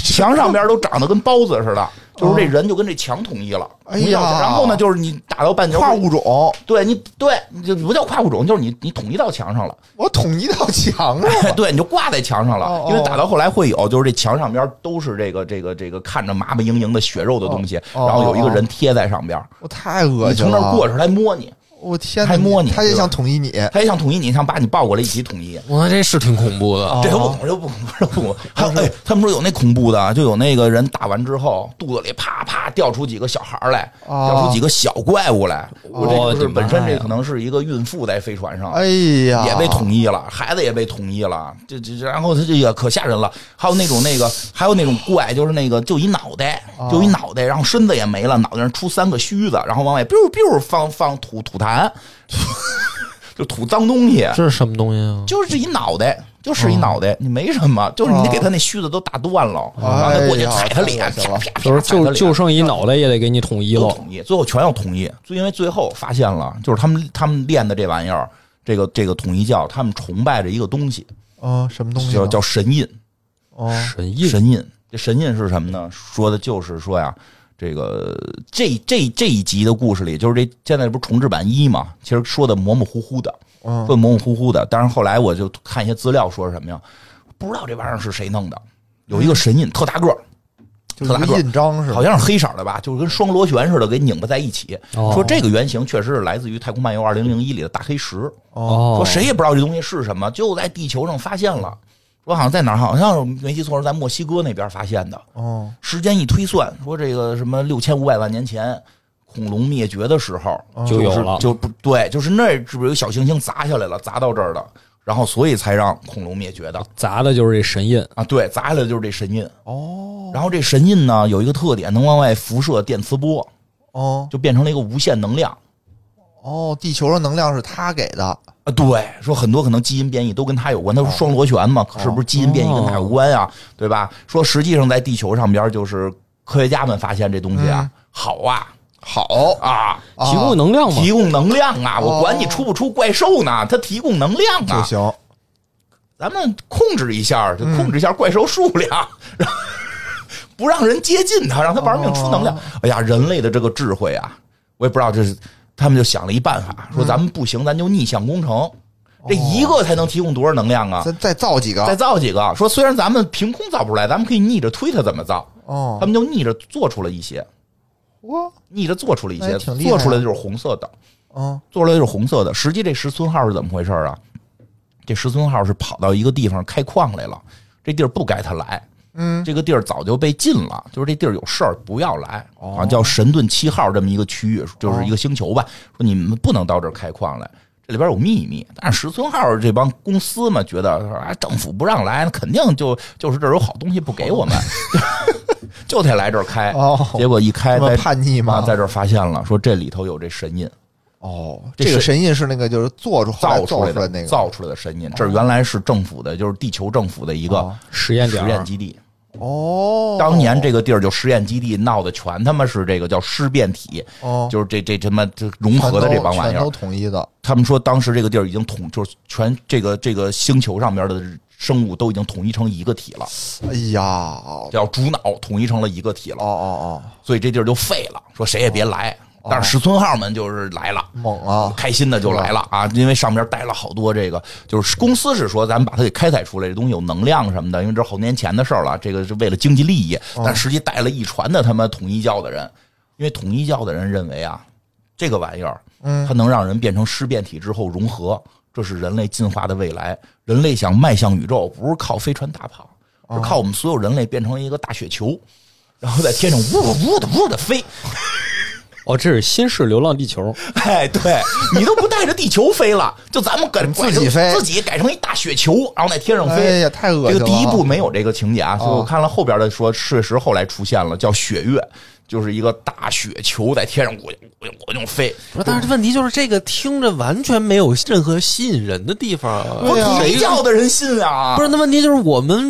墙上边都长得跟包子似的，就是这人就跟这墙统一了。 哎呀， 然后呢，就是你打到半截， 跨物种， 对你对，你就不叫跨物种，就是你你统一到墙上了。 我统一到墙上了， 对，你就挂在墙上了。 哦哦因为打到后来会有，就是这墙上边都是这个这个这个看着麻麻盈盈的血肉的东西， 哦哦然后有一个人贴在上边， 我太恶你心了。 从那儿过时，他还摸你。 我天哪， 还摸你他也想统一你， 他也想统一你，想把你抱过来一起统一。 哇，这是挺恐怖的。 哦这个不恐怖，这不恐怖，这不恐怖。还有，哎，他们说有那恐怖的，就有那个人打完之后，肚子里啪啪掉出几个小孩来， 哦掉出几个小怪物来。我这就是我的妈呀本身这可能是一个孕妇在飞船上， 哎呀， 也被统一了，孩子也被统一了，这这然后他这个可吓人了。还有那种那个，还有那种怪，就是那个就一脑袋，就一脑袋，然后身子也没了，脑袋上出三个须子，然后往外 biu biu 放放吐吐痰。就吐脏东西， 这是什么东西啊？ 就是一脑袋，就是一脑袋，你没什么，就是你得给他那须子都打断了，然后他过去踩他脸，啪啪啪， 就是就就剩一脑袋也得给你统一了。 统一，最后全要统一，就因为最后发现了，就是他们他们练的这玩意儿，这个这个统一教，他们崇拜着一个东西， 嗯，什么东西叫叫神印， 哦， 神印， 神印，这神印是什么呢？说的就是说呀。这个这这这一集的故事里，就是这现在不是重制版一嘛？其实说的模模糊糊的， 嗯， 说模模糊糊的。但是后来我就看一些资料，说是什么呀？不知道这玩意儿是谁弄的，有一个神印，特大个儿， 就是一个特大个儿印章是吧？ 好像是黑色的吧，就是跟双螺旋似的，给拧巴在一起。 哦说这个原型确实是来自于《太空漫游二零零一》里的大黑石。 哦， 说谁也不知道这东西是什么，就在地球上发现了。说好像在哪儿，好像没记错是在墨西哥那边发现的。 哦， 时间一推算，说这个什么六千五百万年前恐龙灭绝的时候就有了， 就不对，就是那是不是有小行星砸下来了，砸到这儿的，然后所以才让恐龙灭绝的砸的就是这神印。 啊。对，砸下来的就是这神印。 哦， 然后这神印呢有一个特点，能往外辐射电磁波， 哦， 就变成了一个无限能量。 哦，地球的能量是他给的。 啊，对，说很多可能基因变异都跟它有关，它是双螺旋嘛，是不是基因变异跟它有关啊？对吧？说实际上在地球上边，就是科学家们发现这东西啊， 嗯、 好啊， 好啊， 提供能量嘛， 提供能量啊！我管你出不出怪兽呢，它提供能量啊， 就行。 咱们控制一下，就控制一下怪兽数量，嗯、不让人接近它，让它玩命出能量。哦、哎呀，人类的这个智慧啊，我也不知道这是。他们就想了一办法，说咱们不行，咱就逆向工程，这一个才能提供多少能量啊？ 咱再造几个， 再造几个。说虽然咱们凭空造不出来，咱们可以逆着推它怎么造。 哦， 他们就逆着做出了一些， 哇， 逆着做出了一些， 做出来的就是红色的， 嗯， 做出来的就是红色的。实际这石村号是怎么回事啊？这石村号是跑到一个地方开矿来了，这地儿不该他来。 嗯， 这个地儿早就被禁了，就是这地儿有事儿，不要来啊！叫神盾七号这么一个区域，就是一个星球吧。说你们不能到这儿开矿来，这里边有秘密。但是石村号这帮公司嘛，觉得啊，政府不让来，那肯定就就是这儿有好东西不给我们，就得来这儿开。 哦， 结果一开，在叛逆嘛， 在这儿发现了，说这里头有这神印。 哦，这个神印是那个就是做出造出来的那个造出来的神印，这原来是政府的，就是地球政府的一个实验点实验基地。 哦， 当年这个地儿就实验基地闹的全他妈是这个叫尸变体， 哦， 就是这这他妈这融合的这帮玩意儿， 全都统一的。 他们说当时这个地儿已经统，就是全这个这个星球上面的生物都已经统一成一个体了。 哎呀， 叫主脑统一成了一个体了。 哦哦哦， 所以这地儿就废了，说谁也别来。哦但是石村号们就是来了， 猛啊， 开心的就来了啊！因为上面带了好多这个，就是公司是说咱们把它给开采出来，这东西有能量什么的，因为这是好多年前的事儿了，这个是为了经济利益。但实际带了一船的他妈统一教的人，因为统一教的人认为啊，这个玩意儿， 嗯， 它能让人变成尸变体之后融合，这是人类进化的未来。人类想迈向宇宙，不是靠飞船大炮，是靠我们所有人类变成一个大雪球，然后在天上呜呜的呜的飞。 哦，这是新式流浪地球。 哎，对你都不带着地球飞了，就咱们改自己飞， 自己改成一大雪球，然后在天上飞。 哎呀，太恶心了！ 这个第一部没有这个情节啊，所以我看了后边的说，确实后来出现了，叫雪月，就是一个大雪球在天上我我我就飞。 不是，但是问题就是这个听着完全没有任何吸引人的地方啊！ 我统一教的人信啊！ 不是，那问题就是我们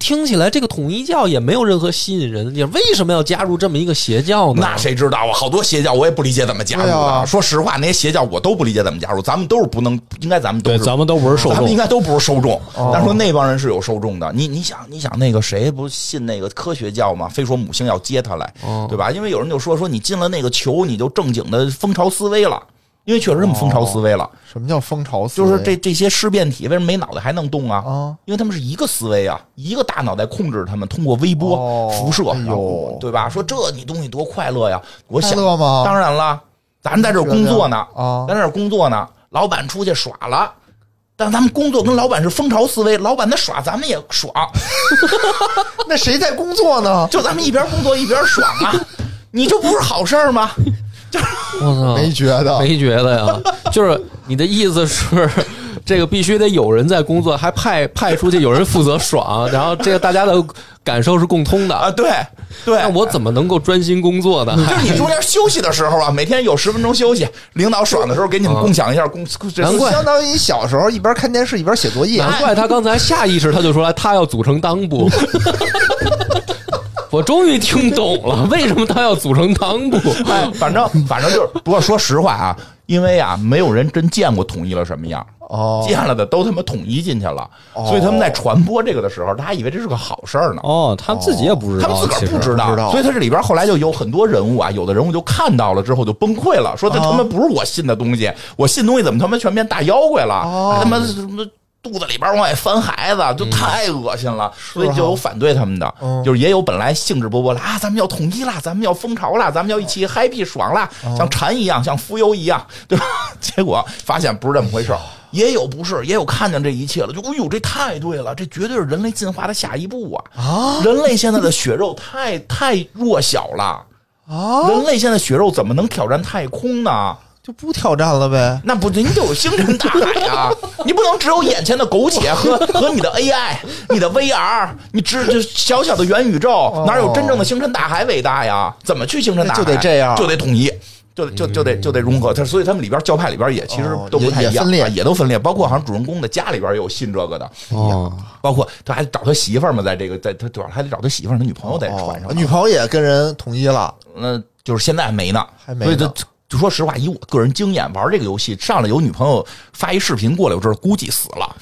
听起来这个统一教也没有任何吸引人的地方，为什么要加入这么一个邪教呢？ 那谁知道啊？好多邪教我也不理解怎么加入的。 啊、 说实话，那些邪教我都不理解怎么加入。咱们都是不能，应该咱们都是， 对，咱们都不是受众， 咱们应该都不是受众。哦、但是说那帮人是有受众的。你你想，你想那个谁不信那个科学教吗？非说母星要接他来，哦、对吧？因为有人就说说你进了那个球，你就正经的蜂巢思维了。因为确实这么蜂巢思维了。 哦、什么叫蜂巢思维？ 就是这这些尸变体为什么没脑袋还能动啊？ 啊， 因为他们是一个思维啊，一个大脑袋控制他们，通过微波、 哦、 辐射， 哎呦， 对吧？说这你东西多快乐呀！我想， 快乐吗？ 当然了，咱在这工作呢， 啊， 咱在这工作呢，老板出去耍了。但咱们工作跟老板是蜂巢思维，老板在耍，咱们也爽。 那谁在工作呢？ 就咱们一边工作一边爽啊！你这不是好事吗？ 我操， 没觉得， 没觉得呀。就是你的意思是，这个必须得有人在工作，还派派出去有人负责爽，然后这个大家的感受是共通的啊。对对， 那我怎么能够专心工作呢？ 就是你中间休息的时候啊，每天有十分钟休息，领导爽的时候给你们共享一下工， 难怪相当于你小时候一边看电视一边写作业。 难怪他刚才下意识他就说他要组成党部。我终于听懂了，为什么他要组成党部？ 哎，反正反正就是，不过说实话啊，因为啊，没有人真见过统一了什么样。 哦， 见了的都他妈统一进去了， 哦、 所以他们在传播这个的时候，他还以为这是个好事儿呢。 哦，他们自己也不知道， 他们自个儿不知道， 道，所以他这里边后来就有很多人物啊，有的人物就看到了之后就崩溃了，说这他妈不是我信的东西，我信东西怎么他妈全变大妖怪了？ 哦、 他妈什么？肚子里边往外翻孩子，就太恶心了，嗯、所以就有反对他们的， 嗯、 就是也有本来兴致勃勃了啊，咱们要统一啦，咱们要蜂巢啦，咱们要一起 happy 爽啦， 嗯、 像蝉一样，像蜉蝣一样，对吧？结果发现不是这么回事，也有不是，也有看见这一切了，就哎呦，这太对了，这绝对是人类进化的下一步啊！ 啊， 人类现在的血肉太太弱小了啊， 人类现在血肉怎么能挑战太空呢？ 就不挑战了呗？ 那不，你得有星辰大海啊！你不能只有眼前的苟且和和你的 A I、你的 V R， 你只就小小的元宇宙， 哦、 哪有真正的星辰大海伟大呀？怎么去星辰大海？ 就得这样， 就得统一，就就就得就得融合。他所以他们里边教派里边也其实都不太一样， 哦、也, 也, 也, 也都分裂。包括好像主人公的家里边也有信这个的哦。 包括他还找他媳妇儿嘛，在这个在他主要还得找他媳妇儿，他女朋友在船上、 哦，女朋友也跟人统一了。 那就是现在没呢， 还没呢。 所以他就说实话，以我个人经验，玩这个游戏上来有女朋友发一视频过来，我这估计死了。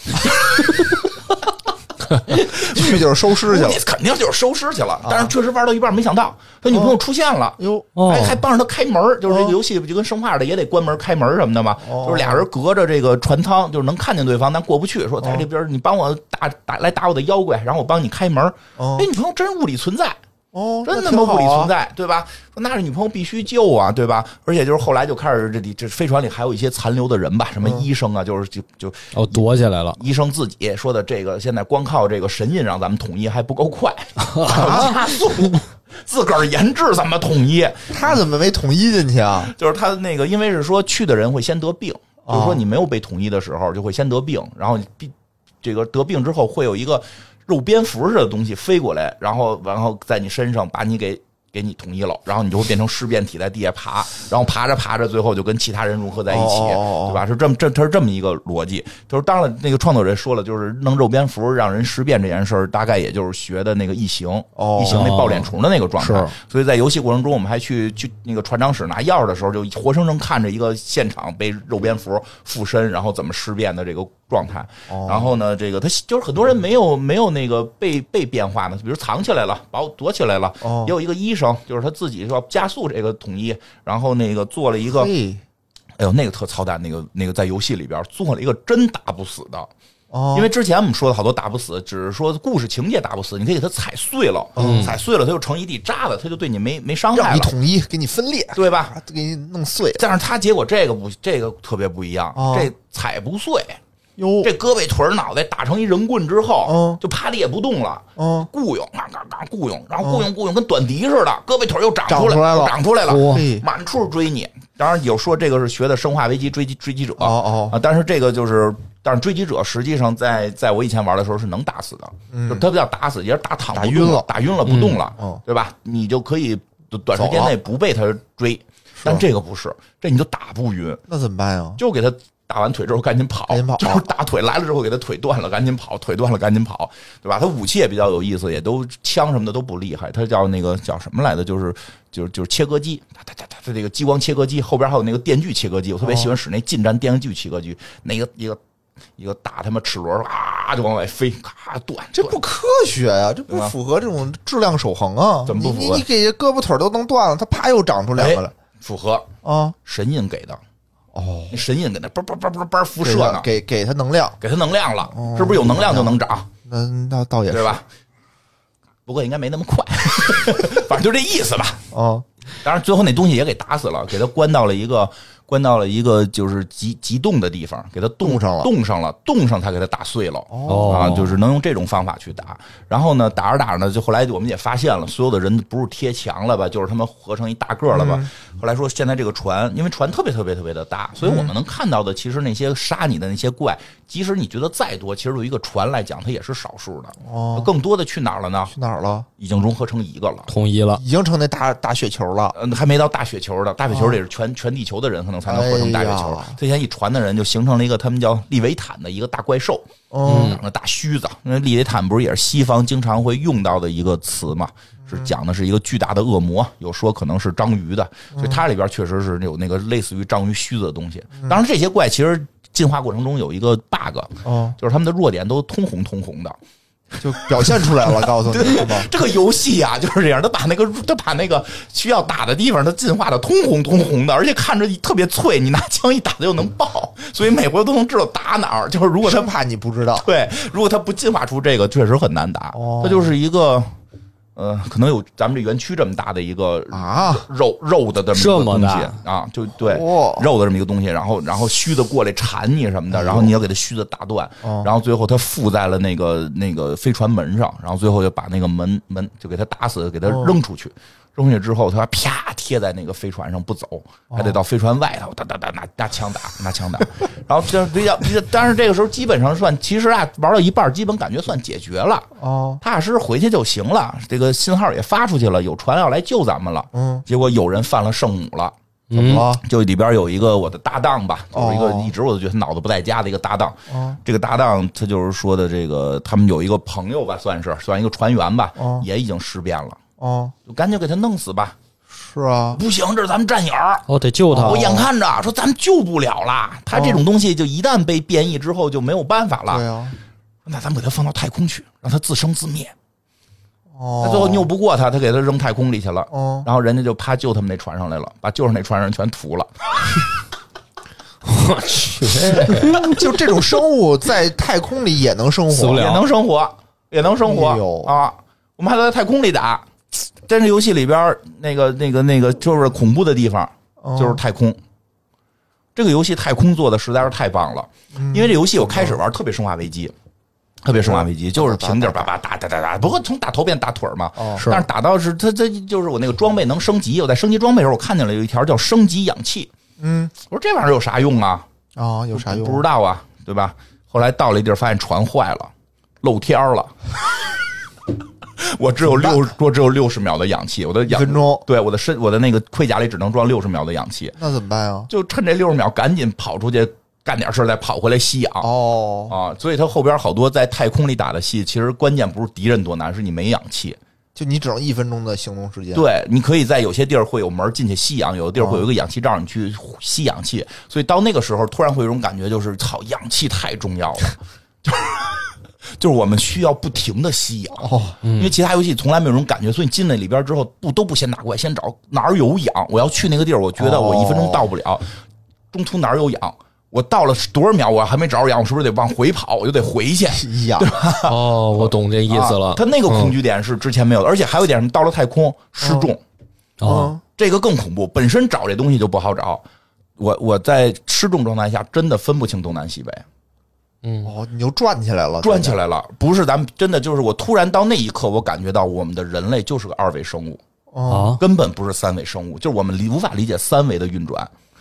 去就是收尸去了， 肯定就是收尸去了。但是确实玩到一半，没想到他女朋友出现了， 哟、 哦，还还帮着他开门，就是这个游戏就跟生化的也得关门开门什么的嘛， 哦、 就是俩人隔着这个船舱，就是能看见对方，但过不去。说在这边你帮我打打来打我的妖怪，然后我帮你开门。 哦， 那女朋友真物理存在。 哦， 真他妈物理存在，对吧？那是女朋友必须救啊，对吧？而且就是后来就开始这里这飞船里还有一些残留的人吧，什么医生啊，嗯、就是就就哦躲起来了。 医生自己说的这个，现在光靠这个神印让咱们统一还不够快，加速，自个儿研制怎么统一？ 他怎么没统一进去啊？ 就是他那个，因为是说去的人会先得病，就是说你没有被统一的时候就会先得病，然后这个得病之后会有一个。肉蝙蝠似的东西飞过来，然后然后在你身上把你给给你统一了，然后你就会变成尸变体在地下爬，然后爬着爬着最后就跟其他人融合在一起， 哦、 对吧？是这么这它是这么一个逻辑。就是当然那个创作者说了，就是弄肉蝙蝠让人尸变这件事儿，大概也就是学的那个异形， 哦、 异形那抱脸虫的那个状态。 是所以在游戏过程中，我们还去去那个船长室拿钥匙的时候，就活生生看着一个现场被肉蝙蝠附身，然后怎么尸变的这个。状态，然后呢，这个他就是很多人没有没有那个被被变化呢，比如藏起来了，把我躲起来了。 哦， 也有一个医生，就是他自己说加速这个统一，然后那个做了一个，哎呦，那个特操蛋，那个那个在游戏里边做了一个真打不死的。 哦， 因为之前我们说的好多打不死，只是说故事情节打不死，你可以给他踩碎了，嗯、踩碎了他就成一地渣子，他就对你没没伤害了。 让你统一，给你分裂， 对吧？ 给你弄碎。 但是他结果这个不，这个特别不一样， 哦、 这踩不碎。 哟， 这胳膊腿脑袋打成一人棍之后， 嗯， 就趴地也不动了， 嗯， 雇佣，嘎嘎嘎雇佣，然后雇佣雇佣跟短笛似的，胳膊腿又长出来了， 长出来了，满处追你。当然有说这个是学的《生化危机》追击追击者， 哦哦啊，但是这个就是，但是追击者实际上在在我以前玩的时候是能打死的， 嗯， 就他不叫打死，也是打躺打晕了， 打晕了不动了， 嗯， 对吧？你就可以短时间内不被他追。但这个不是，这你就打不晕， 那怎么办呀？ 就给他打完腿之后赶紧跑， 赶紧跑就是打腿来了之后给他腿断了，赶紧跑，腿断了赶紧跑，对吧？他武器也比较有意思，也都枪什么的都不厉害，他叫那个叫什么来的，就是就是就是切割机，他他他他这个激光切割机后边还有那个电锯切割机，我特别喜欢使那近战电锯切割机，那个一个一个打他妈齿轮啊就往外飞，咔断， 这不科学呀、啊，这不符合这种质量守恒啊！ 怎么不符合？ 你你给胳膊腿都能断了，他啪又长出两个来， 符合啊！ 神印给的。 哦， 神印给他叭叭叭叭叭辐射呢， 给给他能量， 给他能量了， 哦、 是不是有能量就能长？ 那那倒也是对吧？不过应该没那么快，反正就这意思吧。 哦， 当然最后那东西也给打死了，给他关到了一个关到了一个就是极极冻的地方，给他冻上了， 冻上了，冻上他给他打碎了。 哦啊，就是能用这种方法去打。然后呢，打着打着呢，就后来我们也发现了，所有的人不是贴墙了吧，就是他们合成一大个了吧。嗯、后来说现在这个船，因为船特别特别特别的大，所以我们能看到的，其实那些杀你的那些怪，即使你觉得再多，其实对于一个船来讲，它也是少数的。 哦， 更多的去哪儿了呢？ 去哪儿了？ 已经融合成一个了， 统一了， 已经成那大大雪球了。 嗯，还没到大雪球的，大雪球得是全、哦、全地球的人可能才能合成大雪球。哎、之前一传的人就形成了一个他们叫利维坦的一个大怪兽， 嗯， 长着大须子。因为利维坦不是也是西方经常会用到的一个词嘛，是讲的是一个巨大的恶魔，有说可能是章鱼的，所以它里边确实是有那个类似于章鱼须子的东西。当然，这些怪其实进化过程中有一个 bug，、 哦、 就是他们的弱点都通红通红的。 就表现出来了，告诉你这个游戏啊就是这样，他把那个他把那个需要打的地方，他进化的通红通红的，而且看着特别脆，你拿枪一打他就能爆，所以每回都能知道打哪儿。就是如果他怕你不知道， 对，如果他不进化出这个，确实很难打。 哦、 它就是一个。呃，可能有咱们这园区这么大的一个啊肉肉的这么一个东西啊，就对、 哦、 肉的这么一个东西，然后然后须子过来缠你什么的，然后你要给它须子打断， 哦、 然后最后它附在了那个那个飞船门上，然后最后就把那个门门就给它打死，给它扔出去。哦扔下之后，他啪贴在那个飞船上不走，还得到飞船外头，哒哒哒拿拿枪打，拿枪打。然后这比较，但是这个时候基本上算，其实啊，玩到一半，基本感觉算解决了。 哦， 踏踏实实回去就行了。这个信号也发出去了，有船要来救咱们了。 嗯， 结果有人犯了圣母了。 怎么了？ 就里边有一个我的搭档吧，就是一个哦一直我都觉得他脑子不在家的一个搭档。 哦， 这个搭档他就是说的这个，他们有一个朋友吧，算是算一个船员吧， 哦、 也已经尸变了。 哦， 就赶紧给他弄死吧。 是啊， 不行，这是咱们战友， 我、哦、得救他。 我眼看着说咱们救不了了，他这种东西就一旦被变异之后就没有办法了。 对啊， 那咱们给他放到太空去，让他自生自灭。 哦， 他最后拗不过他，他给他扔太空里去了。 哦， 然后人家就啪救他们那船上来了，把救上那船上全屠了。 我去， 就这种生物在太空里也能生活， 也能生活，也能生活、 哎、 啊！我们还在太空里打。但是游戏里边那个那个那个就是恐怖的地方，就是太空。哦、这个游戏太空做的实在是太棒了，嗯、因为这游戏我开始玩特别生化危机，特别生化危机，就是平地叭叭打打打打，不过从打头变打腿嘛。 哦、 但是打到是它它就是我那个装备能升级，我在升级装备的时候我看见了有一条叫升级氧气。 嗯， 我说这玩意儿有啥用啊？ 啊、哦，有啥用？ 不知道啊，对吧？后来到了一地儿，发现船坏了，漏天了。我只有六，我只有六十秒的氧气，我的氧一分钟， 对我的身，我的那个盔甲里只能装六十秒的氧气。 那怎么办呀？ 就趁这六十秒赶紧跑出去干点事，再跑回来吸氧。 哦啊，所以他后边好多在太空里打的戏，其实关键不是敌人多难，是你没氧气。 就你只能一分钟的行动时间。 对，你可以在有些地儿会有门进去吸氧，有的地儿会有一个氧气罩，你去吸氧气。所以到那个时候，突然会有一种感觉，就是操，氧气太重要了。就是就是我们需要不停的吸氧， 哦， 因为其他游戏从来没有这种感觉，所以你进那里边之后不都不先打怪，先找哪儿有氧，我要去那个地儿，我觉得我一分钟到不了，哦、中途哪儿有氧，我到了多少秒我还没找着氧，我是不是得往回跑，我就得回去， 氧对吧？ 哦，我懂这意思了。 啊、他那个恐惧点是之前没有的，嗯、而且还有一点什么，到了太空失重， 哦， 这个更恐怖，本身找这东西就不好找，我我在失重状态下真的分不清东南西北。 嗯， 哦，你就转起来了， 转起来了，不是咱们真的就是我突然到那一刻，我感觉到我们的人类就是个二维生物， 哦， 根本不是三维生物，就是我们理无法理解三维的运转，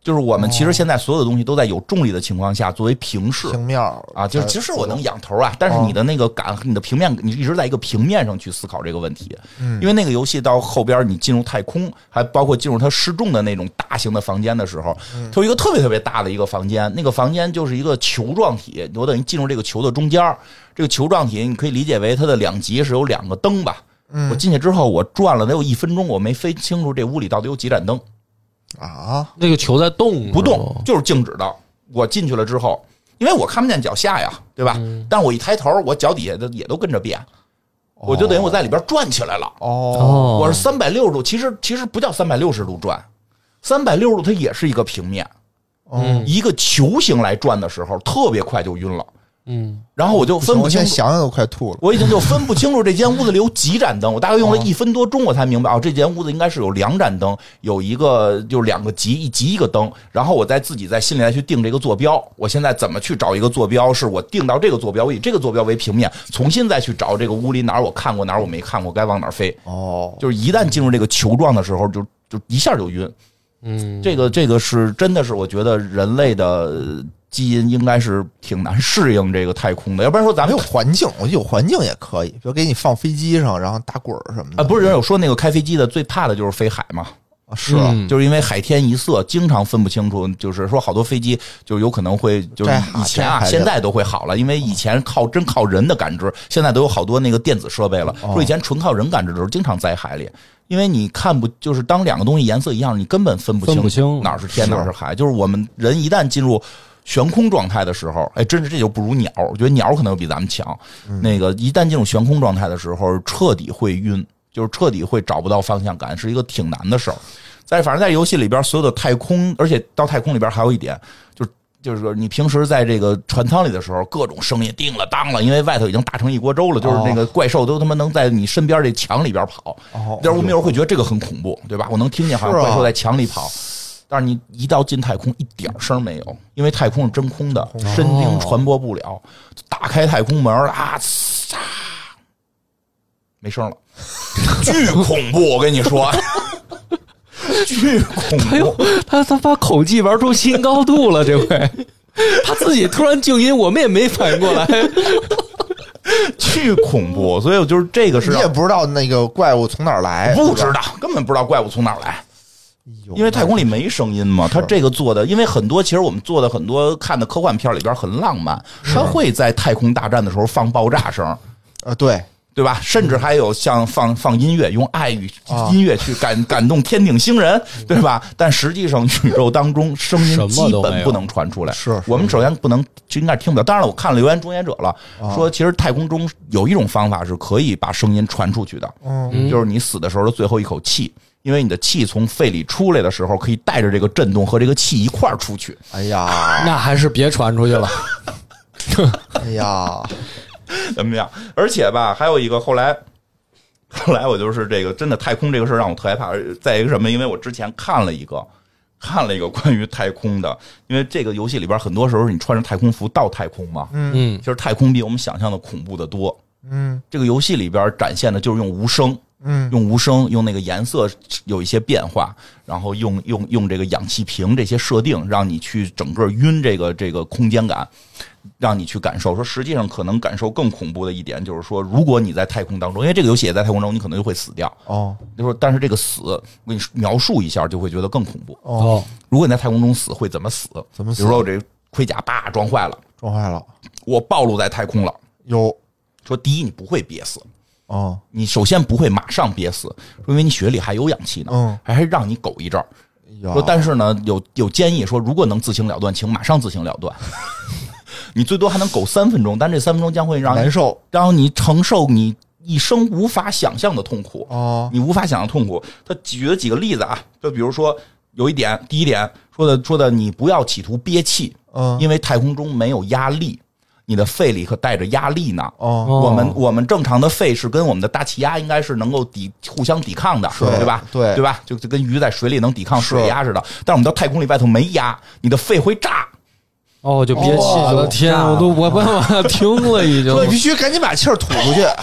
就是我们其实现在所有的东西都在有重力的情况下作为平视平面啊，就是其实我能仰头啊，但是你的那个感，你的平面，你一直在一个平面上去思考这个问题。嗯，因为那个游戏到后边你进入太空，还包括进入它失重的那种大型的房间的时候，它有一个特别特别大的一个房间，那个房间就是一个球状体，我等于进入这个球的中间，这个球状体你可以理解为它的两极是有两个灯吧。嗯，我进去之后，我转了得有一分钟，我没分清楚这屋里到底有几盏灯。 啊， 那个球在动不动，就是静止的。我进去了之后，因为我看不见脚下呀，对吧？嗯、但是我一抬头，我脚底下的也都跟着变，哦、我就等于我在里边转起来了。 哦， 我是三百六十度，其实其实不叫三百六十度转，三百六十度它也是一个平面。 嗯， 一个球形来转的时候，特别快就晕了。 嗯， 然后我就分不清楚， 我现在想想都快吐了。 我已经就分不清楚这间屋子里有几盏灯，我大概用了一分多钟，我才明白哦，这间屋子应该是有两盏灯，有一个就是两个极，一极一个灯。然后我再自己在心里来去定这个坐标，我现在怎么去找一个坐标？是我定到这个坐标，我以这个坐标为平面，重新再去找这个屋里哪儿我看过哪儿我没看过，该往哪儿飞。 哦， 就是一旦进入这个球状的时候，就就一下就晕。 嗯， 这个这个是真的是我觉得人类的基因应该是挺难适应这个太空的，要不然说咱们有环境，我觉得有环境也可以，比如给你放飞机上，然后打滚什么的。 啊，不是人有说那个开飞机的最怕的就是飞海吗？ 啊，是啊， 就是因为海天一色，经常分不清楚。就是说，好多飞机就有可能会，就是以前啊，现在都会好了，因为以前靠真靠人的感知，现在都有好多那个电子设备了。说以前纯靠人感知的时候，经常在海里。因为你看不，就是当两个东西颜色一样，你根本分不清分不清哪儿是天哪儿是海。就是我们人一旦进入悬空状态的时候，哎，真是这就不如鸟。我觉得鸟可能比咱们强。嗯、那个一旦进入悬空状态的时候，彻底会晕，就是彻底会找不到方向感，是一个挺难的事儿。在反正在游戏里边，所有的太空，而且到太空里边还有一点，就是就是说你平时在这个船舱里的时候，各种声音叮了当了，因为外头已经打成一锅粥了，就是那个怪兽都他妈能在你身边这墙里边跑。 哦， 但是我们有时候会觉得这个很恐怖，对吧？我能听见好像怪兽在墙里跑。但是你一到进太空，一点声没有，因为太空是真空的，声音传播不了。打开太空门啊，嚓，没声了，巨恐怖！我跟你说，巨恐怖！ 他他把口技玩出新高度了，这回他自己突然静音，我们也没反应过来。 巨恐怖！所以我就是这个是你也不知道那个怪物从哪儿来， 不知道，根本不知道怪物从哪儿来。因为太空里没声音嘛，他这个做的，因为很多其实我们做的很多看的科幻片里边很浪漫，他会在太空大战的时候放爆炸声， 呃，对对吧？甚至还有像放放音乐，用爱与音乐去感感动天顶星人，对吧？但实际上宇宙当中声音基本不能传出来， 是我们首先不能就应该听不到。当然了，我看了《留言终结者》了，说其实太空中有一种方法是可以把声音传出去的，嗯，就是你死的时候的最后一口气。因为你的气从肺里出来的时候，可以带着这个震动和这个气一块儿出去。 哎呀， 那还是别传出去了。 哎呀， 怎么样？而且吧，还有一个后来，后来我就是这个真的太空这个事儿让我特害怕。再一个什么？因为我之前看了一个，看了一个关于太空的，因为这个游戏里边很多时候你穿着太空服到太空嘛， 嗯， 其实太空比我们想象的恐怖的多。 嗯， 这个游戏里边展现的就是用无声。 嗯， 用无声，用那个颜色有一些变化，然后用用用这个氧气瓶这些设定，让你去整个晕这个这个空间感，让你去感受。说实际上可能感受更恐怖的一点就是说，如果你在太空当中，因为这个游戏也在太空中，你可能就会死掉。 哦， 就是但是这个死，我给你描述一下，就会觉得更恐怖。 哦， 如果你在太空中死，会怎么死？ 怎么死？ 比如说我这盔甲叭撞坏了， 撞坏了， 我暴露在太空了。 有说第一，你不会憋死。 哦， 你首先不会马上憋死，因为你血里还有氧气呢， 嗯， 还是让你苟一阵儿。说，但是呢，有有建议说，如果能自行了断，请马上自行了断。你最多还能苟三分钟，但这三分钟将会让你难受， 让你承受你一生无法想象的痛苦。 哦， 你无法想象痛苦。他举了几个例子啊，就比如说有一点，第一点说的说的，你不要企图憋气， 嗯， 因为太空中没有压力。你的肺里可带着压力呢。 哦， 我们我们正常的肺是跟我们的大气压应该是能够抵互相抵抗的，对吧？ 对对吧？就就跟鱼在水里能抵抗水压似的。但是我们到太空里外头没压，你的肺会炸。 哦，就憋气！我的天，我都我办法听了已经。 你必须赶紧把气儿吐出去。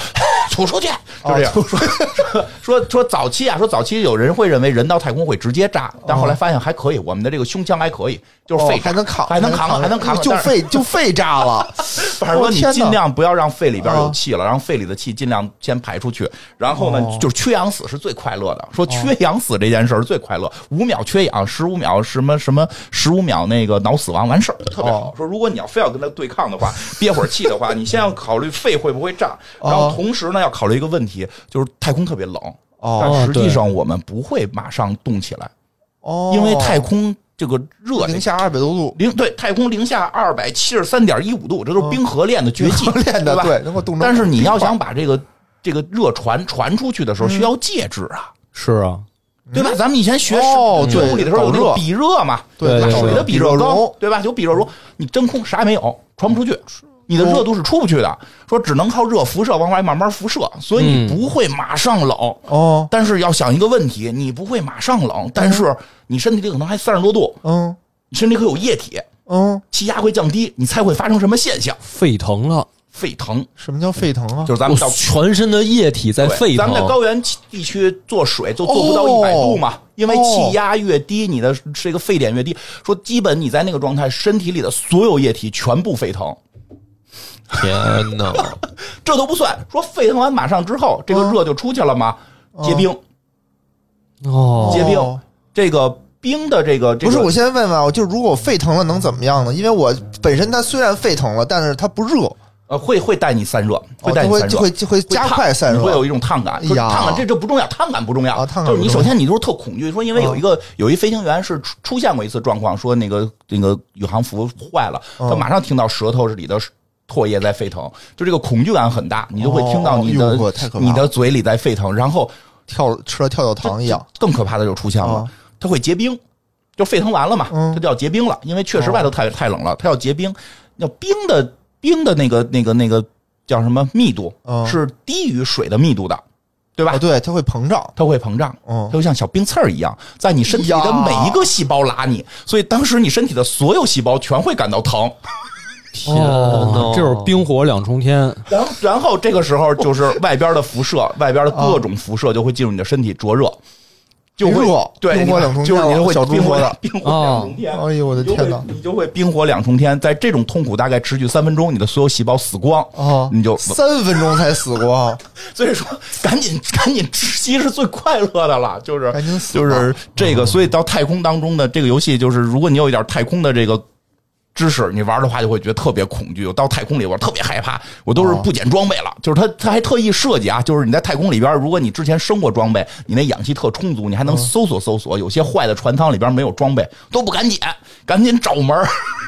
吐出去，就这样。说说说说早期啊，说早期有人会认为人到太空会直接炸，但后来发现还可以，我们的这个胸腔还可以，就是肺哦还能扛， 还能扛，还能扛， 就肺就肺炸了。 反正说你尽量不要让肺里边有气了，让肺里的气尽量先排出去。然后呢，就是缺氧死是最快乐的。说缺氧死这件事儿最快乐，五秒缺氧，十五秒什么什么，十五秒那个脑死亡完事儿，特别好。说如果你要非要跟他对抗的话，憋会儿气的话，你先要考虑肺会不会炸，然后同时呢要考虑一个问题，就是太空特别冷，但实际上我们不会马上冻起来， 哦， 因为太空。这个热零下二百多度， 零对太空零下二百七十三点一五度，这都是冰河炼的绝技， 炼的对，能够冻。 但是你要想把这个这个热传传出去的时候，需要介质啊， 是啊， 对吧？咱们以前学哦， 生物里的时候有那个比热嘛， 对， 水的比热缸， 对吧？有比热容，你真空啥也没有，传不出去。你的热度是出不去的，说只能靠热辐射往外慢慢辐射，所以你不会马上冷哦。 但是要想一个问题，你不会马上冷，但是你身体里可能还三十多度， 嗯， 你身体可有液体， 嗯， 气压会降低，你猜会发生什么现象？ 沸腾了。 沸腾， 什么叫沸腾啊？ 就是咱们到全身的液体在沸腾。 咱们在高原地区做水就做不到一百度嘛， 哦、 因为气压越低，你的这个沸点越低。说基本你在那个状态，身体里的所有液体全部沸腾。 天哪， 这都不算，说沸腾完马上之后，这个热就出去了吗？ 嗯、 结冰。 哦， 结冰，这个冰的这个、这个、 不是，我先问问，就如果我沸腾了能怎么样呢？因为我本身它虽然沸腾了，但是它不热。 呃，会会带你散热，会带你散热， 就会就会加快散热， 会有一种烫感。 哎呀， 烫感这这不重要，烫感不重要， 啊、烫感就是你首先你就是特恐惧，说因为有一个、哦、有一飞行员是出出现过一次状况，说那个那个宇航服坏了， 哦、 他马上听到舌头里的唾液在沸腾，就这个恐惧感很大，你就会听到你的、 哦、 你的嘴里在沸腾，然后跳吃了跳跳糖一样。 更可怕的就出现了， 哦、 它会结冰，就沸腾完了嘛， 嗯、 它就要结冰了，因为确实外头太、哦、太冷了，它要结冰，要冰的冰的那个那个那个。叫什么密度、嗯、是低于水的密度的，对吧？ 哦、对，它会膨胀， 它会膨胀， 嗯， 它就像小冰刺儿一样，在你身体里的每一个细胞拉你，所以当时你身体的所有细胞全会感到疼。 天哪，这是冰火两重天。 然后，然后这个时候就是外边的辐射，外边的各种辐射就会进入你的身体灼热。就会对冰火两重天， 就是你会小猪说的冰火两重天。 哎呦我的天哪！ 你就会冰火两重天，在这种痛苦大概持续三分钟，你的所有细胞死光， 哦， 你就三分钟才死光。 所以说，赶紧赶紧窒息是最快乐的了，就是赶紧死， 就是这个。所以到太空当中的这个游戏，就是如果你有一点太空的这个知识，你玩的话就会觉得特别恐惧。我到太空里边特别害怕，我都是不捡装备了。就是他他还特意设计啊，就是你在太空里边，如果你之前升过装备，你那氧气特充足，你还能搜索搜索。有些坏的船舱里边没有装备，都不敢捡，赶紧找门。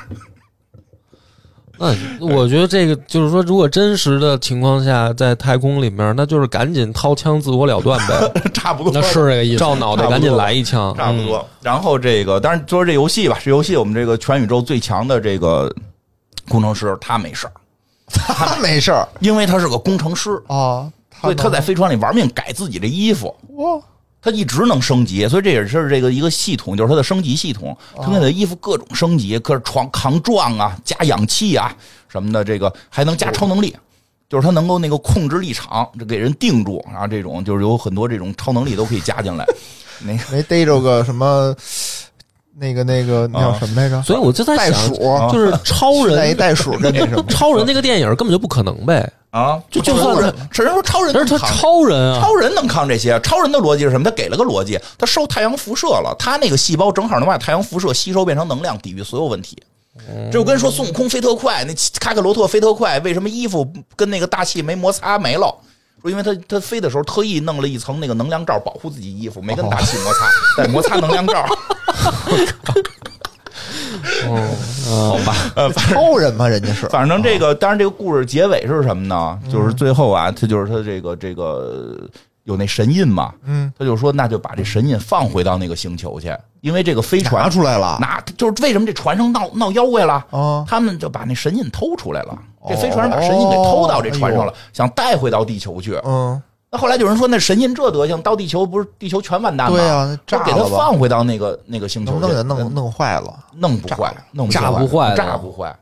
那我觉得这个就是说，如果真实的情况下在太空里面，那就是赶紧掏枪自我了断呗， 差不多。 那是这个意思，照脑袋赶紧来一枪， 差不多。嗯、然后这个，当然说这游戏吧，这游戏我们这个全宇宙最强的这个工程师他没事儿， 他没事儿， 因为他是个工程师啊， 所以他在飞船里玩命改自己的衣服。 哇！ 他一直能升级，所以这也是这个一个系统，就是他的升级系统。他给他的衣服各种升级，可是床抗撞啊，加氧气啊什么的，这个还能加超能力，就是他能够那个控制立场，这给人定住，然后这种就是有很多这种超能力都可以加进来。那个没逮着个什么。那个那个那叫什么来着？ 所以我就在想，就是超人带袋鼠跟那什么， 超人那个电影根本就不可能呗啊！ 就就算人，只能说超人， 但是他超人啊， 超人能抗这些。超人的逻辑是什么？他给了个逻辑，他受太阳辐射了，他那个细胞正好能把太阳辐射吸收变成能量，抵御所有问题。这就跟说孙悟空飞特快，那卡克罗特飞特快，为什么衣服跟那个大气没摩擦没了？说因为他他飞的时候特意弄了一层那个能量罩保护自己衣服，没跟大气摩擦，但摩擦能量罩。 哦，好吧， 呃， 超人嘛，人家是。 反正这个，当然这个故事结尾是什么呢？就是最后啊，他就是他这个这个有那神印嘛， 嗯， 他就说那就把这神印放回到那个星球去，因为这个飞船拿出来了， 拿就是为什么这船上闹闹妖怪了？ 哦， 他们就把那神印偷出来了，这飞船把神印给偷到这船上了， 哦哎、 想带回到地球去， 嗯。 那后来有人说，那神印这德行，到地球不是地球全完蛋吗？ 对啊，炸了吧， 给它放回到那个那个星球去， 能不能给弄弄坏了？ 弄不坏，弄炸不坏， 炸不坏。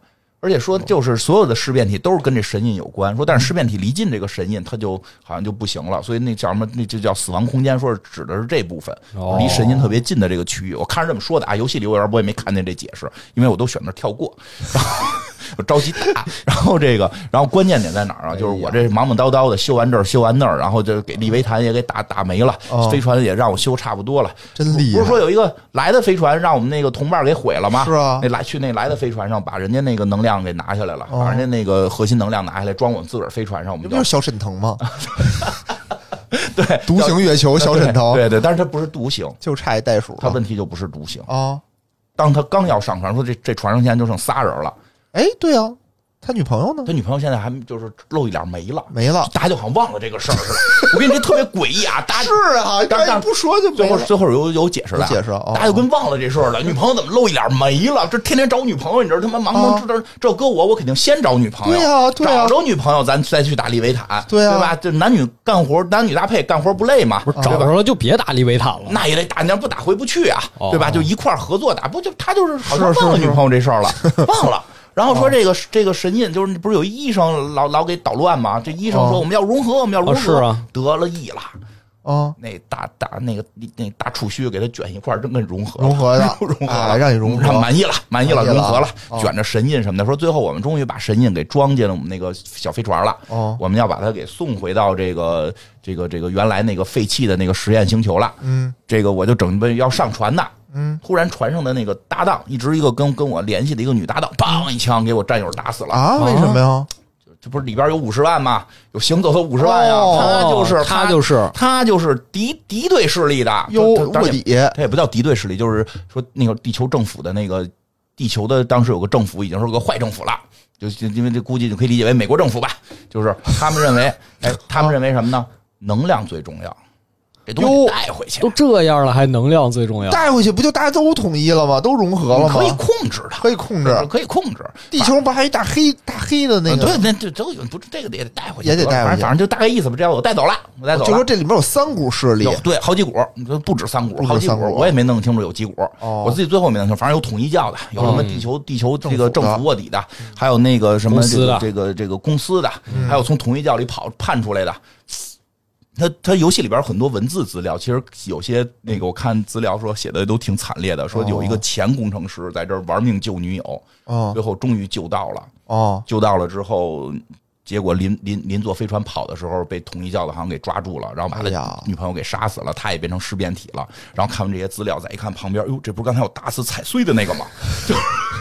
而且说就是所有的尸变体都是跟这神印有关，说但是尸变体离近这个神印，它就好像就不行了，所以那叫什么？那就叫死亡空间，说是指的是这部分， 哦离神印特别近的这个区域。我看是这么说的啊，游戏里我我也没看见这解释，因为我都选择跳过。然后我着急打，然后这个，然后关键点在哪儿啊？就是我这忙忙叨叨的修完这儿修完那儿，然后就给利维坦也给打打没了， 哦飞船也让我修差不多了。 真厉害！ 不是说有一个来的飞船让我们那个同伴给毁了吗？ 是啊那来去那来的飞船上把人家那个能量给拿下来了， 哦把人家那个核心能量拿下来装我们自个儿飞船上，我们就这不是小沈腾吗？ 对独行月球小沈腾， 对对，但是他不是独行， 就差一袋鼠了。 他问题就不是独行。 啊， 当他刚要上船，说这这船上现在就剩仨人了， 哎，对啊，他女朋友呢？ 他女朋友现在还就是露一脸没了， 没了。 大家就好像忘了这个事儿似的。我跟你这特别诡异啊，大家是啊， 但是刚才不说就最没了。 后最后有有解释的， 有解释哦大家就跟忘了这事儿了。女朋友怎么露一脸没了？这天天找女朋友，你知道他妈忙忙啊这这搁我，我肯定先找女朋友。 对啊对啊找着女朋友咱再去打利维坦， 对啊对吧？这男女干活，男女搭配干活不累嘛？ 不是找着了就别打利维坦了。 那也得打，你要不打回不去啊， 哦对吧？就一块儿合作打，不就他就是好像是是是忘了女朋友这事儿了，忘了。然后说这个这个神印就是不是有一医生老老给捣乱吗？这医生说哦我们要融合，我们要融合， 哦是啊得了意了。 啊， 那大大那个那大触须给它卷一块儿，真跟融合了融合的融合了， 啊让你融合让满意了，满意了， 满意了融合了， 哦卷着神印什么的。说最后我们终于把神印给装进了我们那个小飞船了。 哦我们要把它给送回到这个这个这个原来那个废弃的那个实验星球了。 嗯这个我就准备要上船呢。 嗯， 忽然船上的那个搭档，一直一个跟跟我联系的一个女搭档，梆一枪给我战友打死了。 啊，为什么呀？ 这不是里边有五十万吗？有行走的五十万呀、 哦他就是他就是他就是敌敌对势力的， 哟， 他当然卧底他也不叫敌对势力，就是说那个地球政府的那个地球的当时有个政府已经是个坏政府了，就就因为这估计就可以理解为美国政府吧，就是他们认为，哎，他们认为什么呢？能量最重要，这东西哟带回去都这样了，还能量最重要。 带回去不就大家都统一了吗？都融合了吗？ 可以控制它， 可以控制。 可以控制。 地球不还有一大黑大黑的那个？ 对，那这都有不这个也得带回去， 也得带回去反正反正就大概意思吧。这样我带走了，我带走了。 就说这里面有三股势力有，对，好几股，不止三股，好几股， 不止三股我也没弄清楚有几股。 哦我自己最后没弄清楚，反正有统一教的，有什么地球地球这个政政府的府卧底的，还有那个什么这公司的个这个这个公司的，还有从统一教里跑叛出来的。他他游戏里边很多文字资料，其实有些那个我看资料说写的都挺惨烈的，说有一个前工程师在这儿玩命救女友， 哦最后终于救到了。 哦救到了之后，结果临临临坐飞船跑的时候，被统一教的好像给抓住了，然后把哎呀他女朋友给杀死了，他也变成尸变体了。然后看完这些资料，再一看旁边，哟，这不是刚才我打死踩碎的那个吗？就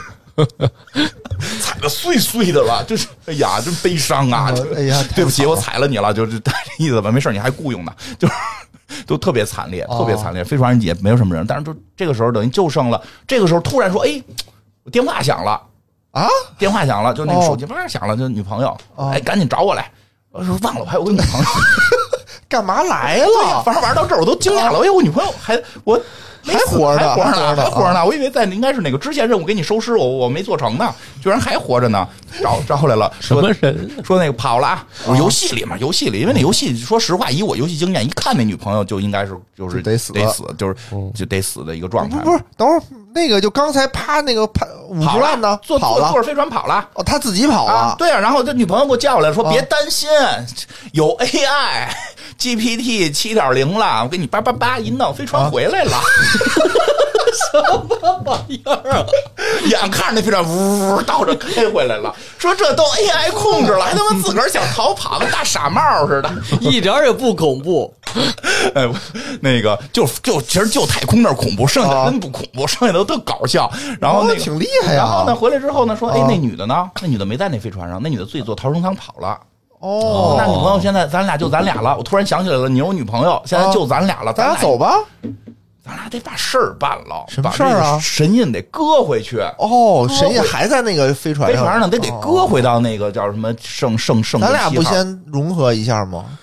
踩的碎碎的了，就是哎呀，真悲伤啊！ 哦哎呀对不起， 太惨了我踩了你了，就是这意思吧？没事，你还雇佣呢，就是。都特别惨烈，特别惨烈。飞船也没有什么人，但是就这个时候等于就剩了。这个时候突然说：“哎，我电话响了啊！ 电话响了，就那个哦手机叭响了，就女朋友， 哦哎，赶紧找我来。”我说忘了，我还有个女朋友。 干嘛来对呀， 了？ 反正玩到这儿我都惊讶了，哎呦，我女朋友还我没死还活着还活着呢， 还活着还活着呢。我以为在应该是哪个支线任务给你收尸，我我没做成呢，居然还活着呢。找找回来了， 什么人？ 说那个跑了啊！我说游戏里面，游戏里，因为那游戏，说实话，以我游戏经验，一看那女朋友就应该是就是就得死得死，就是就得死的一个状态。 不不是，等会儿那个就刚才啪那个啪五十跑万呢了，，坐跑了坐坐着飞船跑了。 哦，他自己跑啊， 了。 对啊，然后这女朋友给我叫来说：“ 啊别担心，有 A I G P T 七点零了，我给你叭叭叭一弄，飞船回来了。” 什么玩意儿啊？ 眼看着那飞船呜呜倒着开回来了，说这都 A I 控制了，还他妈自个儿想逃跑，跟大傻帽似的。 一点也不恐怖。 哎，那个就就其实就太空那儿恐怖，剩下真不恐怖，剩下都特搞笑。然后那个、 哦挺厉害呀然后呢，回来之后呢，说哎啊， 那女的呢？那女的没在那飞船上，那女的自己坐逃生舱跑了。 哦， 那女朋友现在咱俩就咱俩了。我突然想起来了，你有女朋友，现在就咱俩了， 咱俩俩走吧。 咱俩得把事儿办了， 什么事儿啊把这个神印得搁回去。 哦，神印还在那个飞船上， 飞船上得得哦搁回到那个叫什么圣圣圣。 咱俩不先融合一下吗？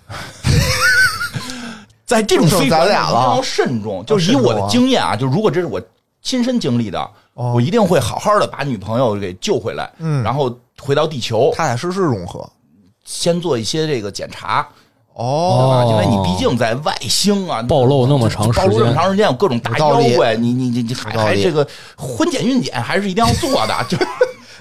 在这种飞船就剩咱俩了一定要慎重。就以我的经验啊，就如果这是我亲身经历的， 哦我一定会好好的把女朋友给救回来， 嗯然后回到地球， 踏踏实实融合。 先做一些这个检查。对吧？ 哦， 因为你毕竟在外星啊， 暴露那么长时间暴露那么长时间，有各种大妖怪，你你你你还有道理还这个婚检孕检还是一定要做的，就是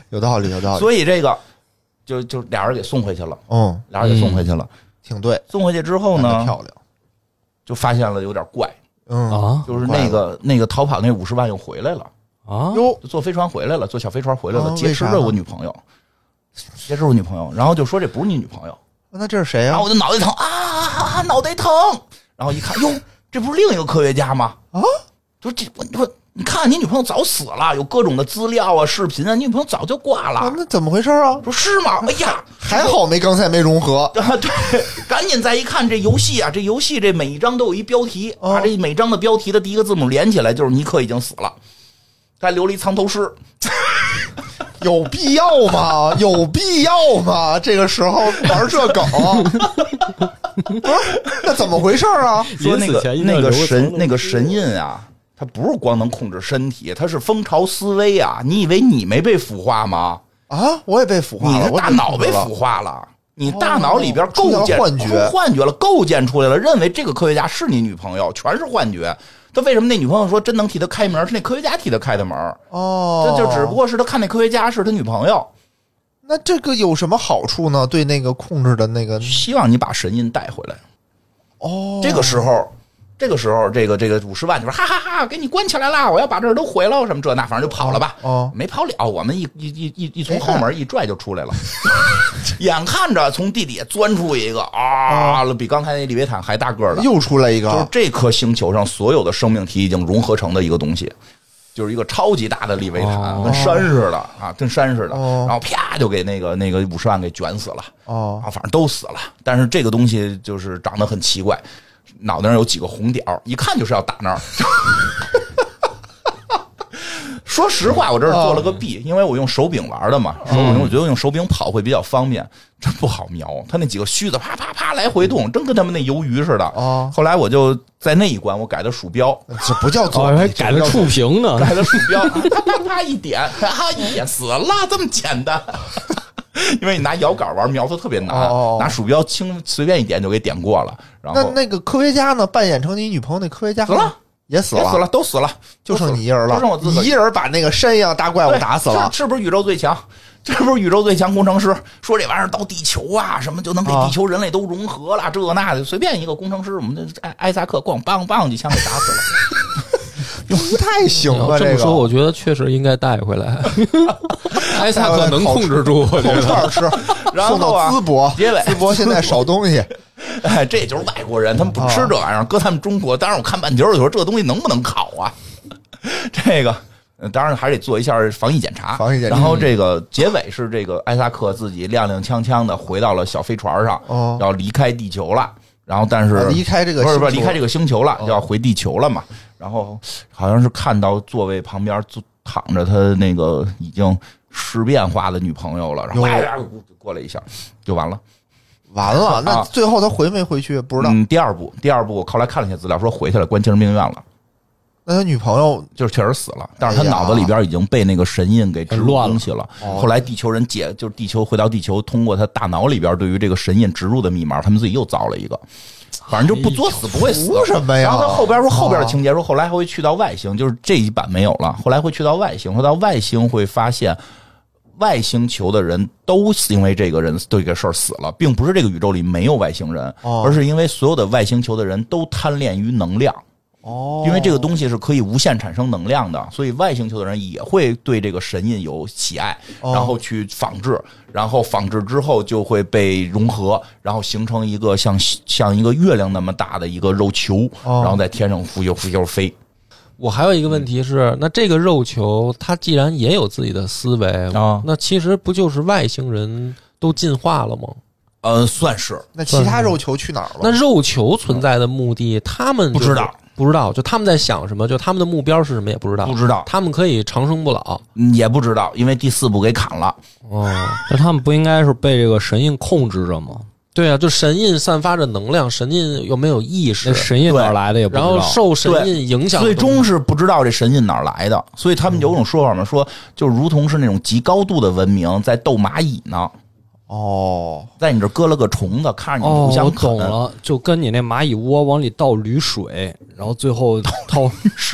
有道理，有道理。 所以这个就就俩人给送回去了， 嗯， 俩人给送回去了。 挺对。 送回去之后呢， 漂亮， 就发现了有点怪， 嗯啊就是那个那个逃跑那五十万又回来了， 啊， 哟， 就坐飞船回来了，坐小飞船回来了， 啊劫持了我女朋友，劫持我女朋友，然后就说这不是你女朋友， 那这是谁呀？ 然后我就脑袋疼啊，脑袋疼，然后一看，哟，这不是另一个科学家吗？ 啊， 说这我说你看你女朋友早死了，有各种的资料啊、视频啊，你女朋友早就挂了。 啊，那怎么回事啊？ 说是吗？哎呀， 还好没刚才没融合。 啊，对，赶紧再一看这游戏啊，这游戏这每一章都有一标题， 哦把这每章的标题的第一个字母连起来，就是尼克已经死了，还留了一藏头诗。 有必要吗？有必要吗？这个时候玩这梗，不是？那怎么回事啊？ 说那个临死前一定要那个留个藏头神那个神印啊，它不是光能控制身体，它是蜂巢思维啊！你以为你没被腐化吗？ 啊，我也被腐化了， 你的我大脑被了腐化了。你大脑里边构建、 哦出现了幻觉幻觉了，构建出来了，认为这个科学家是你女朋友，全是幻觉。他为什么那女朋友说真能替他开门？是那科学家替他开的门。 哦， 这就只不过是他看那科学家是他女朋友， 那这个有什么好处呢？对那个控制的那个希望你把神印带回来。 哦， 这个时候，这个时候，这个这个五十万就说哈哈哈，给你关起来了，我要把这儿都毁了，什么这那，反正就跑了吧。 哦， 没跑了，我们一一一一一从后门一拽就出来了，眼看着从地底下钻出一个啊，比刚才那利维坦还大个儿的， 又出来一就是个， 这颗星球上所有的生命体已经融合成的一个东西。就是一个超级大的利维坦， 哦跟山似的啊，跟山似的， 哦然后啪就给那个那个五十万给卷死了哦啊，反正都死了。但是这个东西就是长得很奇怪，脑袋上有几个红点儿，一看就是要打那儿。说实话，我这儿做了个弊，因为我用手柄玩的嘛，手柄我觉得用手柄跑会比较方便，真不好瞄。他那几个须子啪啪啪来回动，真跟他们那鱿鱼似的。 哦后来我就在那一关我改的鼠标， 这不叫做哦，还改了触屏呢， 改的鼠标，啪啪啪一点，啊一点死了，这么简单。因为你拿摇杆玩瞄它特别难， 哦拿鼠标轻随便一点就给点过了。然后那那个科学家呢？扮演成你女朋友那科学家死了， 也死了， 也死了，都死了， 就剩你一人了， 就剩我自个儿你一人把那个山一样大怪物对打死了是，是不是宇宙最强？这不是宇宙最强工程师说这玩意儿到地球啊，什么就能给地球人类都融合了，这那的，随便一个工程师，我们的艾艾萨克咣梆梆几枪给打死了。 不太行你要啊！这个这么说，我觉得确实应该带回来。艾萨克能控制住，我觉得。 烤串吃，送然后啊到淄博， 结尾淄博现在少东西， 哎，这就是外国人，他们不吃这玩意儿。搁他们中国，当然我看半截儿就说这个东西能不能烤啊？这个。当然还得做一下防疫检查， 防疫检查然后这个结尾是这个艾萨克自己踉踉跄跄的回到了小飞船上， 哦要离开地球了。然后但是、 啊离开这个不是不是星球离开这个星球了， 哦就要回地球了嘛。然后好像是看到座位旁边坐躺着他那个已经尸变化的女朋友了，然后哟哎呀过来一下就完了。 完了。那啊最后他回没回去不知道。 嗯，第二部第二部我后来看了一些资料，说回去了，关精神病院了。 那他女朋友就是确实死了，但是他哎呀脑子里边已经被那个神印给植入乱了东西了。 哦后来地球人解，就是地球回到地球，通过他大脑里边对于这个神印植入的密码，他们自己又造了一个，反正就不作死不会死服什么呀然后他后边说后边的哦情节说后来还会去到外星，就是这一版没有了，后来会去到外星，会到外星会发现。外星球的人都因为这个人对这个事儿死了，并不是这个宇宙里没有外星人， 哦而是因为所有的外星球的人都贪恋于能量。 哦， 因为这个东西是可以无限产生能量的，所以外星球的人也会对这个神印有喜爱， 哦然后去仿制，然后仿制之后就会被融合，然后形成一个像像一个月亮那么大的一个肉球， 哦然后在天上忽悠忽悠飞。 我还有一个问题是，那这个肉球它既然也有自己的思维啊那其实不就是外星人都进化了吗？ 呃，算是那其他肉球去哪儿了？ 那肉球存在的目的，他们就是不知道， 不知道，就他们在想什么，就他们的目标是什么也不知道， 不知道， 他们可以长生不老。 嗯也不知道，因为第四部给砍了。 哦， 那他们不应该是被这个神印控制着吗？ 对啊，就神印散发着能量，神印又没有意识那，神印哪儿来的也不知道。 然后受神印影响， 最终是不知道这神印哪儿来的，所以他们有种说法嘛，说就如同是那种极高度的文明在斗蚂蚁呢， 哦， 在你这搁了个虫子，看着你们哦，我互相啃。 懂了，就跟你那蚂蚁窝往里倒铝水，然后最后倒水真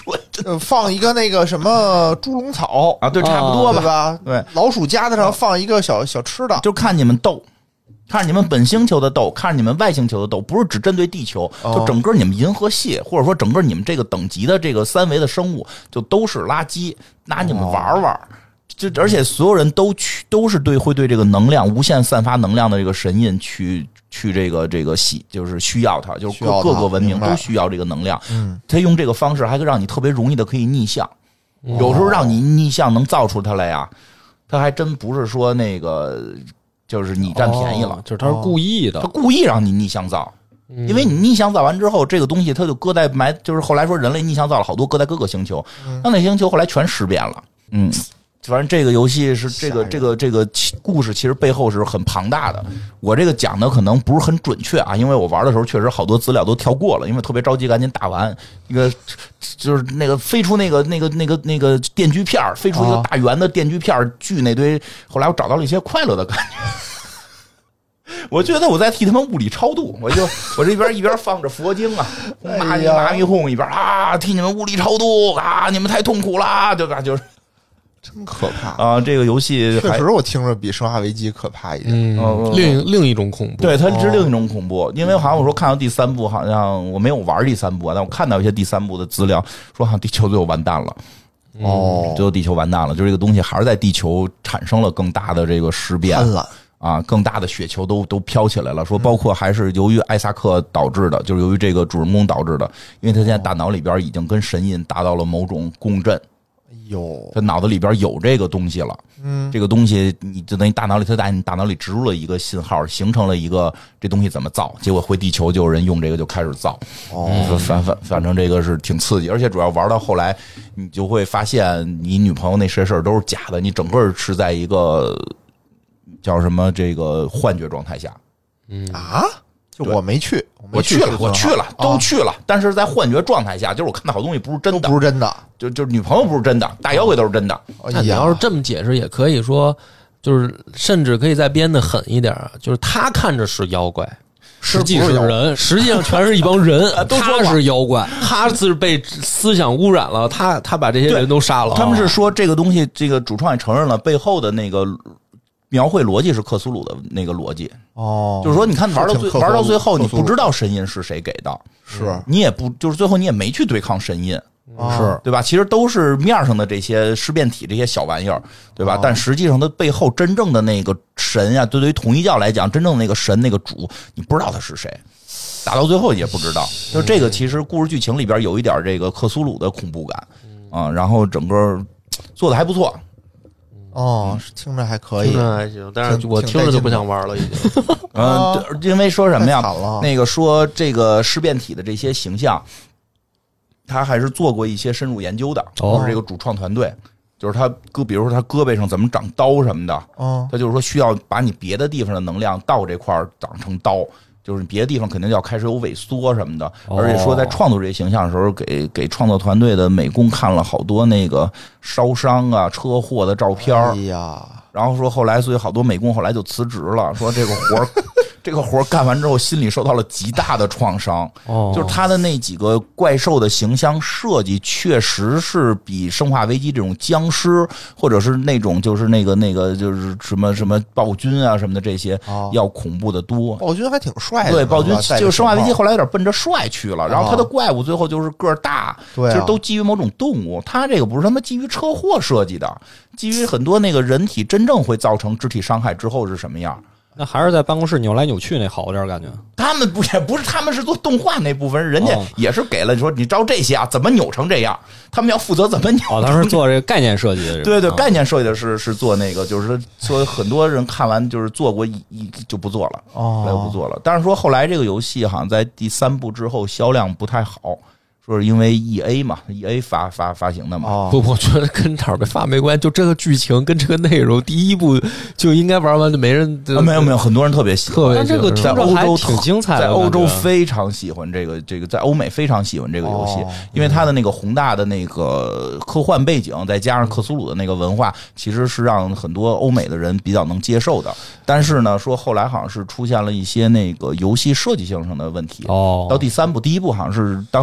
呃放一个那个什么猪笼草啊，对，差不多对吧， 吧？ 对， 老鼠夹子上放一个小小吃的， 就看你们斗。看着你们本星球的斗，看着你们外星球的斗，不是只针对地球， 哦就整个你们银河系，或者说整个你们这个等级的这个三维的生物，就都是垃圾，拿你们玩玩。就而且所有人都去，都是对会对这个能量无限散发能量的这个神印去去这个这个喜，就是需要它，就是各各个文明都需要这个能量。 嗯， 他用这个方式还可以让你特别容易的可以逆向，有时候让你逆向能造出它来呀，他还真不是说那个。就是你占便宜了， 哦、就是他是故意的， 他故意让你逆向造， 嗯、 因为你逆向造完之后，这个东西它就搁在埋，就是后来说人类逆向造了好多，搁在各个星球，那那星球后来全尸变了。嗯，反正这个游戏是这个这个这个故事其实背后是很庞大的。我这个讲的可能不是很准确啊，因为我玩的时候确实好多资料都跳过了，因为特别着急赶紧打完。那个就是那个飞出那个那个那个那个电锯片，飞出一个大圆的电锯片锯那堆，后来我找到了一些快乐的感觉。我觉得我在替他们物理超度，我就我这边一边放着佛经啊，轰妈咪妈咪轰，一边啊替你们物理超度啊，你们太痛苦啦，对吧？就是。 真可怕啊！这个游戏确实，我听着比《生化危机》可怕一点。 嗯， 嗯另另一种恐怖。 对，它是另一种恐怖。因为好像我说看到第三部，好像我没有玩第三部，但我看到一些第三部的资料，说好像地球最后完蛋了。 哦， 最后地球完蛋了，就是这个东西还是在地球产生了更大的这个尸变了啊，更大的雪球都都飘起来了。说包括还是由于艾萨克导致的，就是由于这个主人公导致的，因为他现在大脑里边已经跟神印达到了某种共振。 有， 他脑子里边有这个东西了， 嗯， 这个东西你就等于大脑里，他在你大脑里植入了一个信号，形成了一个这东西怎么造，结果回地球就有人用这个就开始造， 哦， 反反反正这个是挺刺激，而且主要玩到后来，你就会发现你女朋友那些事儿都是假的，你整个是在一个叫什么这个幻觉状态下， 嗯啊。就我没去， 我去了，我去了，都去了，但是在幻觉状态下，就是我看到好东西不是真的， 不是真的， 就就是女朋友不是真的，大妖怪都是真的。 那你要是这么解释，也可以说，就是甚至可以再编得狠一点，就是他看着是妖怪，实际是人，实际上全是一帮人，他是妖怪，他是被思想污染了，他他把这些人都杀了。 他们是说这个东西，这个主创也承认了背后的那个。描绘逻辑是克苏鲁的那个逻辑哦， 就是说，你看玩到最玩到最后，你不知道神印是谁给的， 是你也不就是最后你也没去对抗神印， 是对吧？其实都是面上的这些尸变体这些小玩意儿，对吧？但实际上它背后真正的那个神呀，对于统一教来讲，真正的那个神那个主，你不知道他是谁，打到最后也不知道。就这个其实故事剧情里边有一点这个克苏鲁的恐怖感啊，然后整个做的还不错。 哦，听着还可以， 听着还行，但是我听着就不想玩了，已经。 嗯，因为说什么呀？ 了那个说这个尸变体的这些形象，他还是做过一些深入研究的，就是这个主创团队，就是他胳，比如说他胳膊上怎么长刀什么的， 哦， 他就是说需要把你别的地方的能量到这块长成刀。就是别的地方肯定要开始有萎缩什么的，而且说在创作这些形象的时候，给给创作团队的美工看了好多那个烧伤啊、车祸的照片。 哎呀， 然后说后来，所以好多美工后来就辞职了，说这个活儿，这个活儿干完之后，心里受到了极大的创伤。 哦， 就是他的那几个怪兽的形象设计，确实是比《生化危机》这种僵尸，或者是那种就是那个那个就是什么什么暴君啊什么的这些，要恐怖的多。 暴君还挺帅的， 对，暴君就是《生化危机》后来有点奔着帅去了，然后他的怪物最后就是个儿大， 对， 其实都基于某种动物。他这个不是他妈基于车祸设计的，基于很多那个人体真正会造成肢体伤害之后是什么样。 那还是在办公室扭来扭去那好点感觉。 他们不也不是，他们是做动画那部分，人家也是给了说你照这些啊，怎么扭成这样，他们要负责怎么扭。 哦，他是做这个概念设计的人。 对对，概念设计的是是做那个，就是说很多人看完就是做过一一就不做了， 哦， 后来不做了。但是说后来这个游戏好像在第三部之后销量不太好。说是因为 E A 嘛 ，E A 发发发行的嘛。 哦、 不，我觉得跟哪儿被发没关系，就这个剧情跟这个内容，第一部就应该玩完就没人。 啊、没有没有，很多人特别喜欢。 特别这个在欧洲挺精彩的， 在欧洲非常喜欢这个这个，在欧美非常喜欢这个游戏， 哦、 因为它的那个宏大的那个科幻背景，再加上克苏鲁的那个文化，其实是让很多欧美的人比较能接受的。但是呢，说后来好像是出现了一些那个游戏设计性上的问题。 哦， 到第三部，第一部好像是当时很炸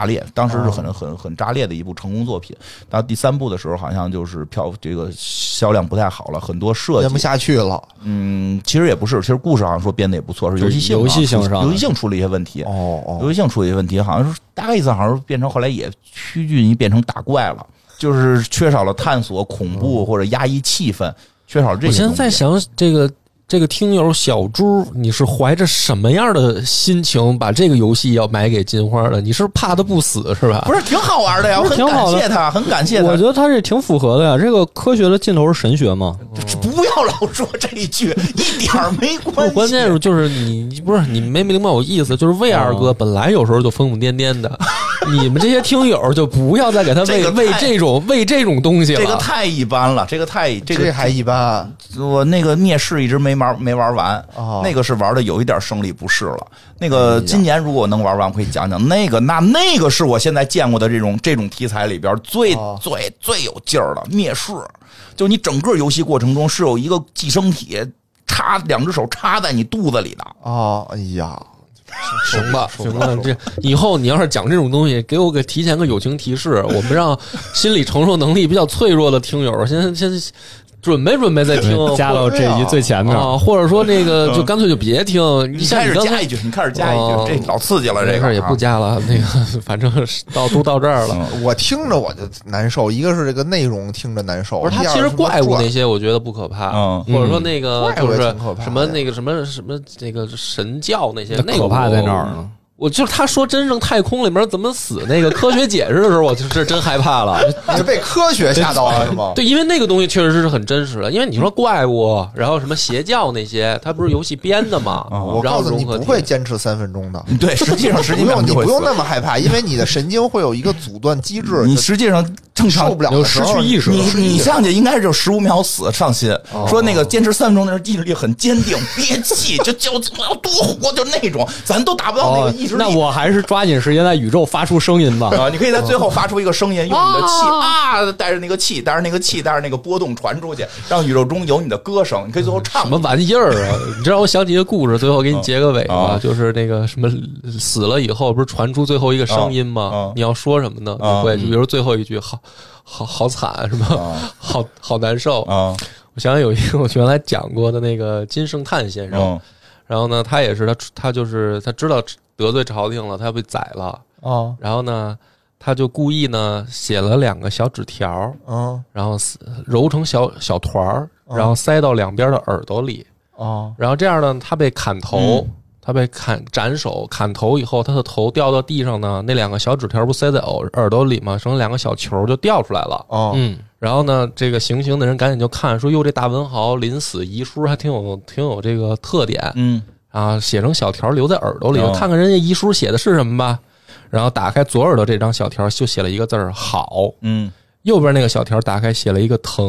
炸裂，当时是很很很炸裂的一部成功作品。到第三部的时候，好像就是票这个销量不太好了，很多设计编不下去了。 嗯，其实也不是，其实故事好像说编的也不错，是游戏性、啊、 游戏性上游戏性出了一些问题。 哦哦， 游戏性出了一些问题，好像是大概意思，好像是变成后来也趋近于变成打怪了，就是缺少了探索、恐怖或者压抑气氛，缺少了这些。 我现在在想这个。这个听友小猪，你是怀着什么样的心情把这个游戏要买给金花的？你是怕他不死是吧？ 不是，挺好玩的呀，我很感谢他，很感谢他。 我觉得他这挺符合的呀。这个科学的尽头是神学嘛？ 不要老说这一句，一点没关系。 关键是就是你不是你没明白我意思，就是魏二哥本来有时候就疯疯癫癫的，你们这些听友就不要再给他喂这喂这种喂这种东西了。 这个太一般了，这个太这个这还一般。 我那个灭世一直没玩没玩完， 哦、 那个是玩的有一点生理不适了。那个今年如果我能玩完，我可以讲讲那个，那那个是我现在见过的这种这种题材里边最、哦、最最有劲儿的灭世。就你整个游戏过程中是有一个寄生体插两只手插在你肚子里的。 哦，哎呀。 行吧，行吧，这以后你要是讲这种东西，给我个提前个友情提示，我们让心理承受能力比较脆弱的听友先先准备准备再听， 加到这一最前面啊，或者说那个就干脆就别听。 你开始加一句，你开始加一句，哦、这老刺激了，这个也不加了。那个反正到都到这儿了， 我听着我就难受。一个是这个内容听着难受， 不是他其实怪物那些我觉得不可怕， 嗯， 或者说那个就是什么那个什么什么那个神教那些，那可怕在哪儿呢？ 我就是他说真正太空里面怎么死那个科学解释的时候，我就是真害怕了。 你被科学吓到了是吗？ 对，因为那个东西确实是很真实的。因为你说怪物，然后什么邪教那些，它不是游戏编的吗？ 嗯、我告诉你，不会坚持三分钟的。 对，实际上实际上你不用那么害怕，因为你的神经会有一个阻断机制。 你实际上正常受不了的时候， 失去意识了。 你你上去应该是就十五秒死，上心、哦、说那个坚持三分钟的人意志力很坚定，憋气就就要多活，就那种，咱都达不到那个意志力。 哦、那我还是抓紧时间在宇宙发出声音吧。 啊，你可以在最后发出一个声音，用你的气啊，带着那个气，带着那个气，带着那个波动传出去，让宇宙中有你的歌声。你可以最后唱什么玩意儿啊？你知道我想起一个故事，最后给你结个尾吧， 啊、 就是那个什么死了以后不是传出最后一个声音吗？ 啊、 你要说什么呢？ 啊、 你会就比如最后一句好好好惨是吧？ 啊、 好好难受啊！ 我想想有一个我原来讲过的那个金圣叹先生， 嗯、 然后呢，他也是他他就是他知道得罪朝廷了，他要被宰了。 哦， 然后呢，他就故意呢写了两个小纸条， 嗯， 然后揉成小小团儿，然后塞到两边的耳朵里， 哦， 然后这样呢，他被砍头，嗯、他被砍斩首，砍头以后，他的头掉到地上呢，那两个小纸条不塞在耳耳朵里吗？成两个小球就掉出来了， 哦， 嗯，然后呢，这个行刑的人赶紧就看说，哟，这大文豪临死遗书还挺有挺有这个特点， 嗯。 啊，写成小条留在耳朵里， 哦、 看看人家遗书写的是什么吧。然后打开左耳朵这张小条，就写了一个字儿“好”。 嗯， 右边那个小条打开写了一个“疼”。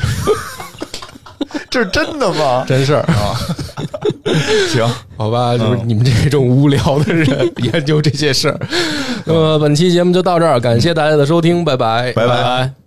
这是真的吗？ 真事儿啊。行， 好吧，就是你们这种无聊的人研究这些事儿。那么本期节目就到这儿，感谢大家的收听，拜拜， 拜拜。 拜拜。